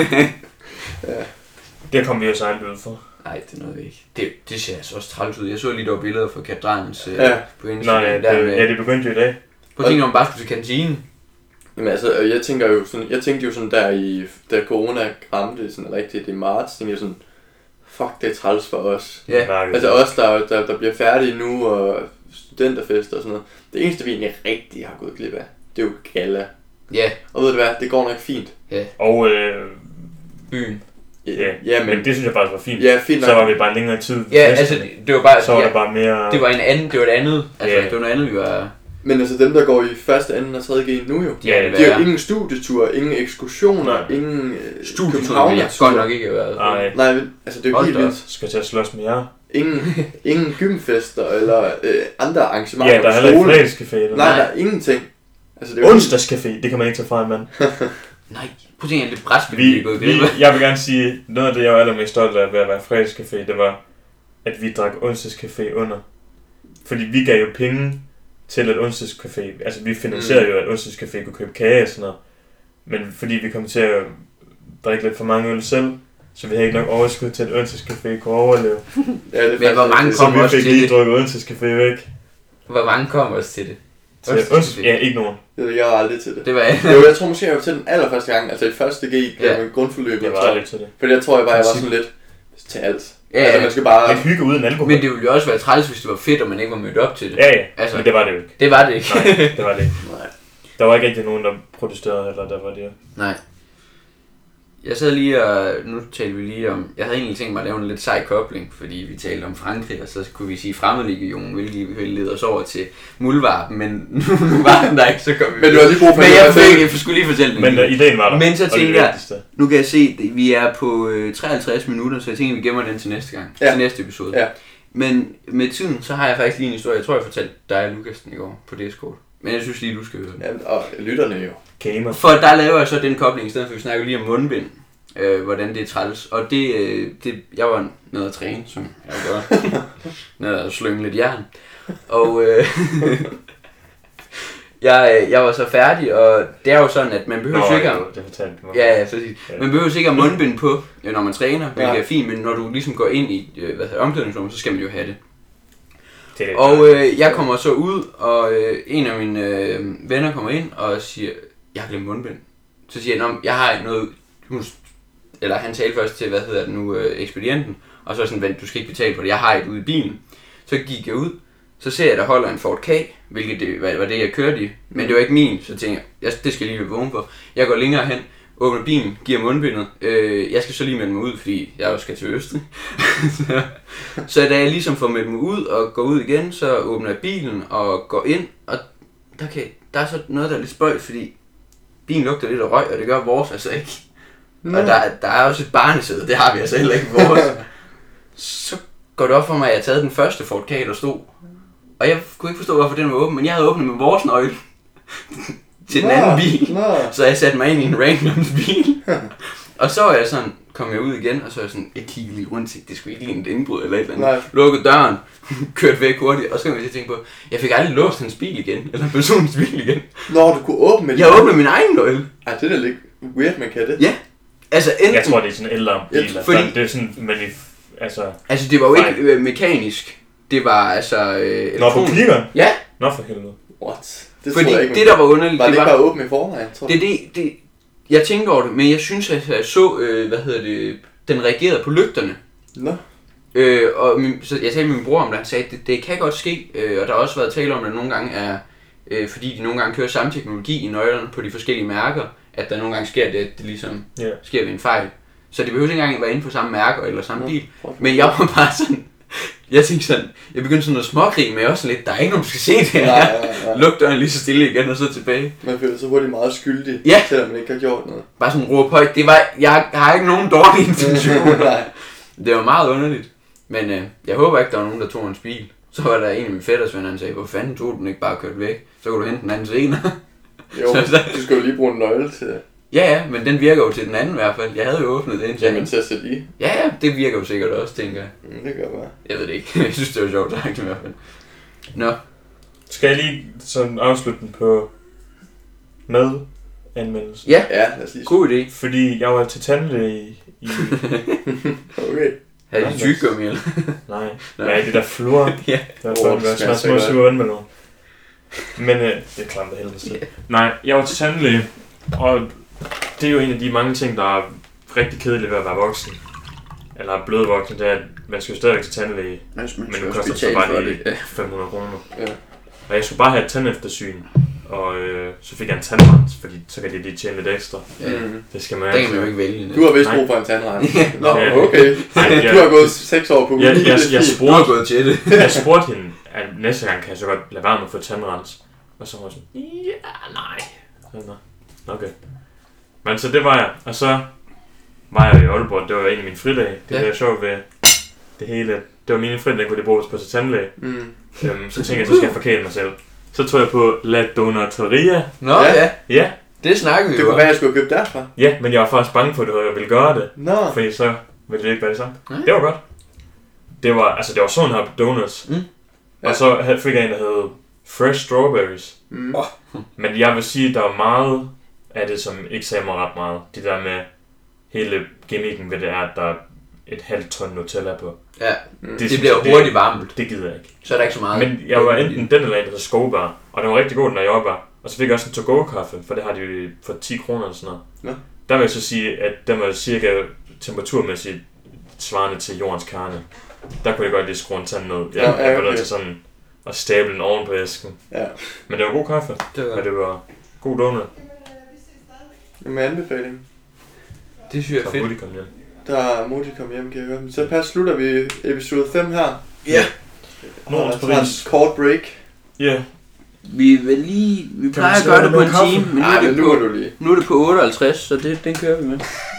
Det kom vi jo sejlet ud for. Nej, det er noget vi ikke. Det, det ser altså også træls ud. Jeg så lige der var billeder fra katedralens Ja. øh, på Instagram. Nej, der det, med, ja, det begyndte jo i dag. Prøv at tænke, om man bare skulle til kantinen. Jamen altså, øh, jeg tænker jo sådan, jeg tænkte jo sådan der i, da corona ramte sådan rigtigt i marts, tænkte jeg sådan, fuck, det er træls for os. Ja. Mærket. Altså os, der, der, der bliver færdige nu, og studenterfester og sådan noget. Det eneste, vi egentlig rigtig har gået glip af, det er jo gala. Ja, Og ved du hvad, det går nok fint. Og øh, byen. ja, ja, men det synes jeg faktisk var fint. ja, fint Så nok. var vi bare længere tid. Ja, altså, det var bare... Så var ja, det bare mere... det var en anden, det var et andet. Altså, Ja. det var noget andet, vi var... Men altså dem, der går i første, anden og tredje G nu jo. De er det De har værre. ingen studietur, ingen ekskursioner, Nej. ingen øh, Studietur vil jeg godt nok ikke have været. Nej, Nej, men, altså det er jo Hold helt da vildt. skal til at slås med jer. Ingen, ingen gymfester eller øh, andre arrangementer Ja, der er på heller ikke skolen. fredagscafé. eller Nej, noget. der er ingenting. Altså, det er jo Onsdagscafé, det kan man ikke tage fra en mand. Nej, prøv at tænke, at det brætspil, vi, Vi, er gået vi, glip af. jeg vil gerne sige, noget af det, jeg var allermest stolt af ved at være fredagscafé, det var, at vi drak onsdagscafé under. Fordi vi gav jo penge til at onsdagscafé, altså vi finansierede Mm. jo, at onsdagscafé kunne købe kage og sådan noget. Men fordi vi kom til at drikke lidt for mange øl selv, så vi havde ikke nok overskud til, at onsdagscafé kunne overleve. Ja, det er Men hvor faktisk mange rigtigt. Så kom vi også fik til lige det. drukket onsdagscafé væk. Hvor mange kom også til det? Til Onsdagscafé. onsdags, ja, ikke nogen. Det- Jeg var aldrig til det. Det var Jo, jeg tror måske, jeg var til den allerførste gang, altså i første G, Ja. ja. med grundforløbet. Jeg var aldrig til det. Fordi jeg tror, jeg bare, jeg var sådan lidt til alt. Ja, Altså, man skal bare... Det hygge uden alkohol. men det ville jo også være træls, hvis det var fedt, og man ikke var mødt op til det. Ja, ja, Altså- men det var det jo ikke. Det var det ikke. Nej, det var det ikke. Nej. Der var ikke rigtig nogen, der protesterede, eller der var det. Nej. Jeg sad lige og, nu talte vi lige om, jeg havde egentlig tænkt mig at lave en lidt sej kobling, fordi vi talte om Frankrig, og så kunne vi sige fremmedlegionen, hvilket ville lede os over til Muldvarpen, men nu, nu var den der ikke, så kom vi. Men du har lige brug for Men at jeg, fortælle- fik, jeg skulle lige fortælle den. Men lige. uh, ideen var der. Men så og det tænker jeg- vigtigste. Nu kan jeg se, at vi er på øh, treoghalvtreds minutter, så jeg tænker, at vi gemmer den til næste gang. Ja. Til næste episode. Ja. Men med tiden, så har jeg faktisk lige en historie. Jeg tror, jeg fortalte dig og Lukas den i går på Discord. Men jeg synes lige, du skal høre den. Ja, og lytterne jo. Gamer. For der laver jeg så den kobling, i stedet for at vi snakker lige om mundbind. Øh, hvordan det er træls. Og det, øh, det, jeg var nede at træne, som jeg gør. Nede at slynge lidt jern. Og øh, jeg, jeg var så færdig, og det er jo sådan, at man behøver Nå, sikkert... jo, det fortalte du mig. Ja, ja, præcis. Ja. Man behøver sikkert mundbind på, øh, når man træner, hvilket Ja. er fint, men når du ligesom går ind i øh, hvad hedder, omklædningsrummet, så skal man jo have det. Det er lidt Og klart. øh, jeg kommer så ud, og øh, en af mine øh, venner kommer ind og siger, jeg har glemt mundbind. Så siger jeg, jeg har noget, hun, eller han talte først til, hvad hedder det nu, øh, ekspedienten, og så er sådan, vent, du skal ikke betale for det, jeg har et ude i bilen. Så gik jeg ud, Så ser jeg, der holder en Ford K, hvilket det var det, jeg kørte i. Men det var ikke min, så tænker jeg, det skal jeg lige være vågen for. Jeg går længere hen, åbner bilen, giver mundbindet. Øh, jeg skal så lige melde mig ud, fordi jeg også skal til Østrig. så, så da jeg ligesom får meldt mig ud og går ud igen, så åbner jeg bilen og går ind. Og der, kan, der er så noget, der er lidt spøjt, fordi bilen lugter lidt af røg, og det gør vores altså ikke. No. Og der, der er også et barnesæde, det har vi altså heller ikke vores. Så går det op for mig, at jeg har taget den første Ford K, der stod. Og jeg kunne ikke forstå, hvorfor den var åben, men jeg havde åbnet med vores nøgle til den anden bil. Nå. Så jeg satte mig ind i en random bil. Og så var jeg sådan, kom jeg ud igen, og så var jeg sådan, jeg kiggede lige rundt, det skulle ikke ligne et indbrud eller et eller andet. Lukkede døren, kørte væk hurtigt, og så kom jeg til at tænke på, jeg fik aldrig låst hans bil igen, eller personens bil igen. Nå, du kunne åbne med Jeg åbnede min egen nøgle. Ej, det er da lidt weird, man kan det. Ja. Altså enten... Jeg tror, det er sådan en ældre bil, fordi... det er sådan, men i, altså... Altså, det var jo ikke øh, mekanisk. Det var altså... Øh, Nå, på knikkeren? Ja. Nå, for helvede. What? Det fordi jeg ikke, det, der var underligt... Var det, det ikke var, bare åbent i forvejen, tror det, det, det, jeg tænkte over det, men jeg synes, at jeg så, øh, hvad hedder det, den reagerede på lygterne. Nå. Øh, og min, så jeg talte med min bror om det, han sagde, at det, det kan godt ske, øh, og der har også været tale om, at det nogle gange er, øh, fordi de nogle gange kører samme teknologi i nøglerne på de forskellige mærker, at der nogle gange sker det, at det ligesom yeah. sker ved en fejl. Så det behøver ikke engang at være inde på samme mærker eller samme bil. Men jeg var bare sådan, jeg tænkte sådan, jeg begyndte sådan noget smågrig med også lidt, der er ikke nogen, der skal se det her. Nej, nej, nej. Luk døren lige så stille igen og så tilbage. Man føler sig hurtigt meget skyldig, ja. Selvom man ikke har gjort noget. Bare sådan råb højt, det var, jeg har ikke nogen dårlige intentioner. Det var meget underligt. Men øh, jeg håber ikke, der var nogen, der tog hans bil. Så var der en af mine fætters venner, han sagde, hvor fanden tog du den ikke bare kørt væk? Så kunne du hente den anden senere. Jo, så, du skal jo lige bruge en nøgle til det. Ja, ja, men den virker jo til den anden i hvert fald. Jeg havde jo åbnet den. Ja, men til at sætte i. Ja, ja, det virker jo sikkert også, tænker jeg. Mm, det gør bare. Jeg ved det ikke. Jeg synes, det var sjovt sagt i hvert fald. Nå. Skal jeg lige sådan afslutte den på madanmeldelsen? Ja, ja, lad os lige. God idé. Fordi jeg var til tandlæge i... i okay. Havde de tyggegummi eller? Nej, nej, det der flur. Ja. Der er oh, sådan en små sure vandmelon. Men øh, det er klamt af helvede til. Nej, jeg var til tandlæge, og det er jo en af de mange ting, der er rigtig kedeligt ved at være voksen. Eller blevet voksen, det er, at man skal jo stadigvæk til tandlæge, men det koster så bare lige fem hundrede kroner. Ja. Og jeg skulle bare have et tandeftersyn, og øh, så fik jeg en tandrens, fordi så kan de lige tjene lidt ekstra. Ja. Det skal man det kan man jo ikke vælge. Du har vist brug for en tandrens. Nå, okay. Nej, jeg, du har gået seks år på ugen. Jeg, jeg, jeg, jeg spurgte, du har gået til det. Jeg spurgte hende, at næste gang kan jeg så godt lade være med at få tandrens. Og så var jeg sådan, ja, nej. Sådan, okay. Men så det var jeg, og så var jeg i Aalborg, det var en af mine fridage. Det ja. var sjovt ved det hele. Det var mine fridage, hvor de brugte på til tandlæge. Mm. Øhm, så tænkte jeg, så skal jeg forkæle mig selv. Så tog jeg på La Donateria. Nå ja. ja. Ja. Det snakkede vi jo. Det kunne være, jeg skulle have købt derfra. Ja, men jeg var faktisk bange for, at jeg ville gøre det. Nå. Fordi så ville det ikke være det samme. Nej. Det var godt. Det var, altså det var sådan her donuts. Mm. Ja. Og så fik jeg en, der hed Fresh Strawberries. Mm. Oh. Men jeg vil sige, der er meget af det, som ikke sagde mig ret meget. Det der med hele gimmicken ved det er, at der er et halvt ton Nutella på. Ja, mm. det, det bliver hurtigt det, varmt. Det gider jeg ikke. Så er der ikke så meget. Men jeg var enten den eller en, der hed Skobar, og den var rigtig god, den der jordbær. Og så fik jeg også en to-go-kaffe, for det har de jo for ti kroner eller sådan noget. Ja. Der vil jeg så sige, at den var cirka temperaturmæssigt svarende til jordens kerne. Der kunne jeg godt lige skrue en tand ned. Jeg, ja, ja, okay. jeg var nødt til sådan at stable den oven på æsken. Ja. Men det var god kaffe, det var, og det var god donut. Med anbefaling. Det synes jeg er fedt. Moody kom hjem. Der er Moody kom hjem, kan jeg høre. Så pas slutter vi episode fem her. Ja. Og så har en kort break. Ja. Yeah. Vi vil lige, vi plejer at gøre det på en time, men nu er det, Ej, men nu, på, er du lige. nu er det på otteoghalvtreds, så det, den kører vi med.